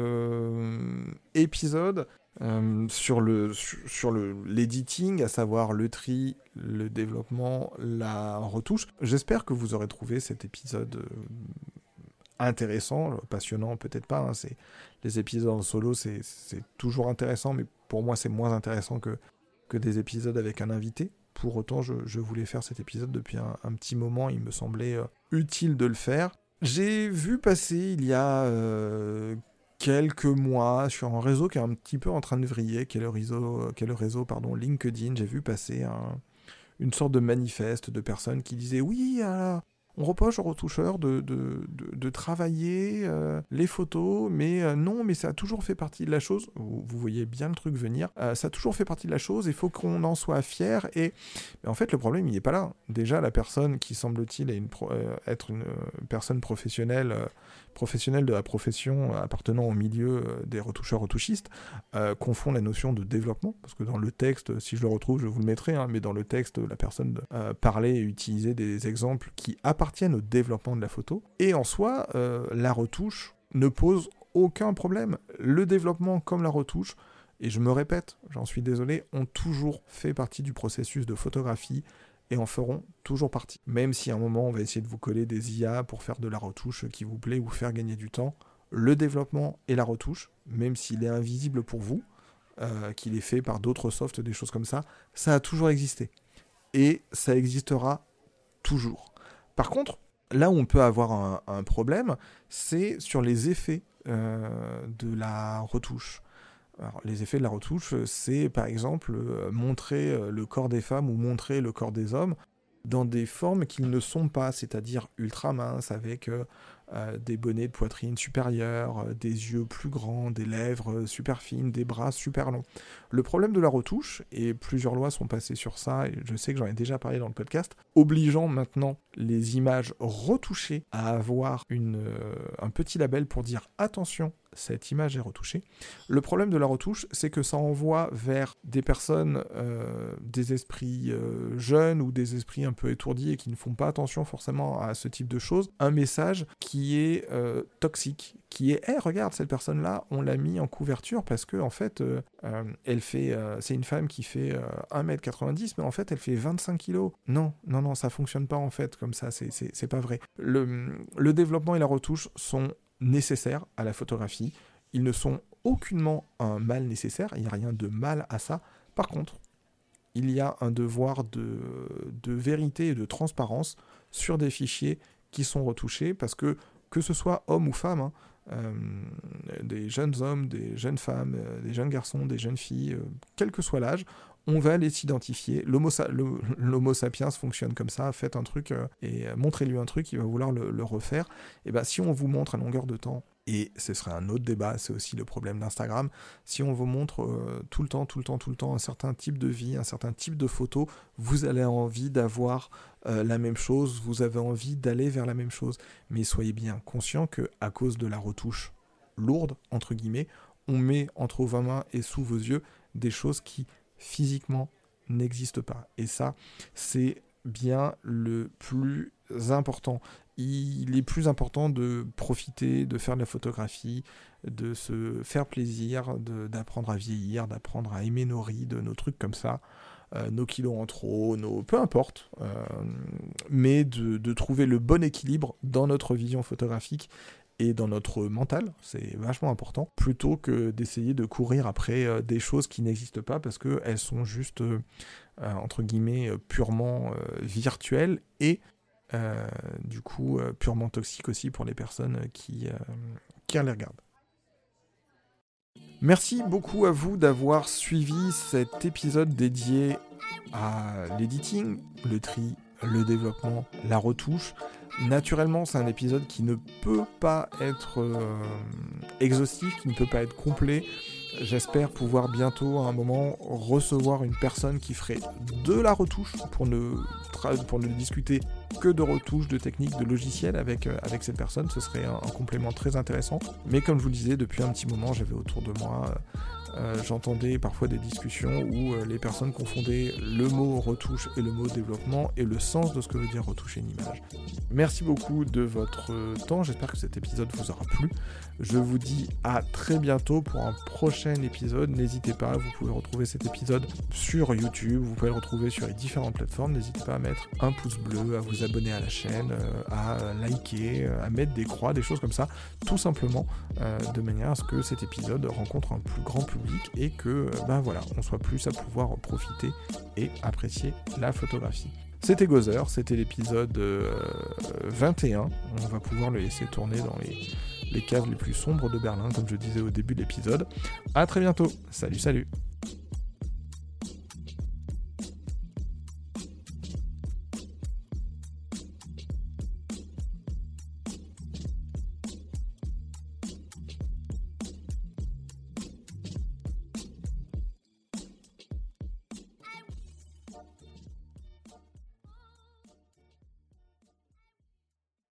B: épisode sur l'editing, à savoir le tri, le développement, la retouche. J'espère que vous aurez trouvé cet épisode intéressant, passionnant peut-être pas, hein, les épisodes en solo c'est toujours intéressant, mais pour moi c'est moins intéressant que des épisodes avec un invité. Pour autant je voulais faire cet épisode depuis un petit moment, il me semblait utile de le faire. J'ai vu passer il y a quelques mois sur un réseau qui est un petit peu en train de vriller, qui est le réseau LinkedIn. J'ai vu passer une sorte de manifeste de personnes qui disaient oui, on reproche aux retoucheurs de travailler les photos, mais non, mais ça a toujours fait partie de la chose. Vous voyez bien le truc venir. Ça a toujours fait partie de la chose, il faut qu'on en soit fier. Mais en fait, le problème, il n'est pas là. Déjà, la personne qui semble-t-il être une personne professionnelle de la profession appartenant au milieu des retoucheurs-retouchistes, confond la notion de développement, parce que dans le texte, si je le retrouve, je vous le mettrai, hein, mais dans le texte, la personne parlait et utilisait des exemples qui appartiennent au développement de la photo, et en soi, la retouche ne pose aucun problème. Le développement comme la retouche, et je me répète, j'en suis désolé, ont toujours fait partie du processus de photographie, et en feront toujours partie. Même si à un moment, on va essayer de vous coller des IA pour faire de la retouche qui vous plaît ou faire gagner du temps, le développement et la retouche, même s'il est invisible pour vous, qu'il est fait par d'autres softs, des choses comme ça, ça a toujours existé. Et ça existera toujours. Par contre, là où on peut avoir un problème, c'est sur les effets de la retouche. Alors, les effets de la retouche, c'est par exemple montrer le corps des femmes ou montrer le corps des hommes dans des formes qu'ils ne sont pas, c'est-à-dire ultra minces, avec des bonnets de poitrine supérieure, des yeux plus grands, des lèvres super fines, des bras super longs. Le problème de la retouche, et plusieurs lois sont passées sur ça, et je sais que j'en ai déjà parlé dans le podcast, obligeant maintenant les images retouchées à avoir un petit label pour dire « Attention, cette image est retouchée ». Le problème de la retouche, c'est que ça envoie vers des personnes, des esprits jeunes ou des esprits un peu étourdis et qui ne font pas attention forcément à ce type de choses, un message qui est toxique, qui est « Hey, regarde, cette personne-là, on l'a mis en couverture parce que en fait, elle fait, c'est une femme qui fait 1m90, mais en fait, elle fait 25 kilos. » Non, ça fonctionne pas en fait comme ça, c'est pas vrai. Le développement et la retouche sont nécessaires à la photographie. Ils ne sont aucunement un mal nécessaire, il n'y a rien de mal à ça. Par contre, il y a un devoir de vérité et de transparence sur des fichiers qui sont retouchés, parce que ce soit homme ou femme, des jeunes hommes, des jeunes femmes, des jeunes garçons, des jeunes filles, quel que soit l'âge, on va les identifier. L'homo sapiens fonctionne comme ça, faites un truc et montrez-lui un truc, il va vouloir le refaire. Et bien si on vous montre à longueur de temps, et ce serait un autre débat, c'est aussi le problème d'Instagram, si on vous montre tout le temps un certain type de vie, un certain type de photo, vous avez envie d'avoir la même chose, vous avez envie d'aller vers la même chose. Mais soyez bien conscient qu'à cause de la retouche lourde, entre guillemets, on met entre vos mains et sous vos yeux des choses qui physiquement n'existent pas. Et ça, c'est bien le plus important. Il est plus important de profiter, de faire de la photographie, de se faire plaisir, d'apprendre à vieillir, d'apprendre à aimer nos rides, nos trucs comme ça, nos kilos en trop, peu importe, mais de trouver le bon équilibre dans notre vision photographique et dans notre mental, c'est vachement important, plutôt que d'essayer de courir après des choses qui n'existent pas parce qu'elles sont juste, entre guillemets, purement virtuelles et du coup purement toxiques aussi pour les personnes qui les regardent. Merci beaucoup à vous d'avoir suivi cet épisode dédié à l'editing, le tri, le développement, la retouche. Naturellement, c'est un épisode qui ne peut pas être exhaustif, qui ne peut pas être complet. J'espère pouvoir bientôt, à un moment, recevoir une personne qui ferait de la retouche pour ne discuter que de retouche, de techniques, de logiciels avec cette personne. Ce serait un complément très intéressant. Mais comme je vous le disais, depuis un petit moment, j'avais autour de moi... j'entendais parfois des discussions où les personnes confondaient le mot retouche et le mot développement et le sens de ce que veut dire retoucher une image. Merci beaucoup de votre temps, j'espère que cet épisode vous aura plu. Je vous dis à très bientôt pour un prochain épisode. N'hésitez pas, vous pouvez retrouver cet épisode sur YouTube, vous pouvez le retrouver sur les différentes plateformes. N'hésitez pas à mettre un pouce bleu, à vous abonner à la chaîne, à liker, à mettre des croix, des choses comme ça, tout simplement de manière à ce que cet épisode rencontre un plus grand public et que on soit plus à pouvoir profiter et apprécier la photographie. C'était Gozer, c'était l'épisode 21. On va pouvoir le laisser tourner dans les caves les plus sombres de Berlin, comme je disais au début de l'épisode. À très bientôt. Salut.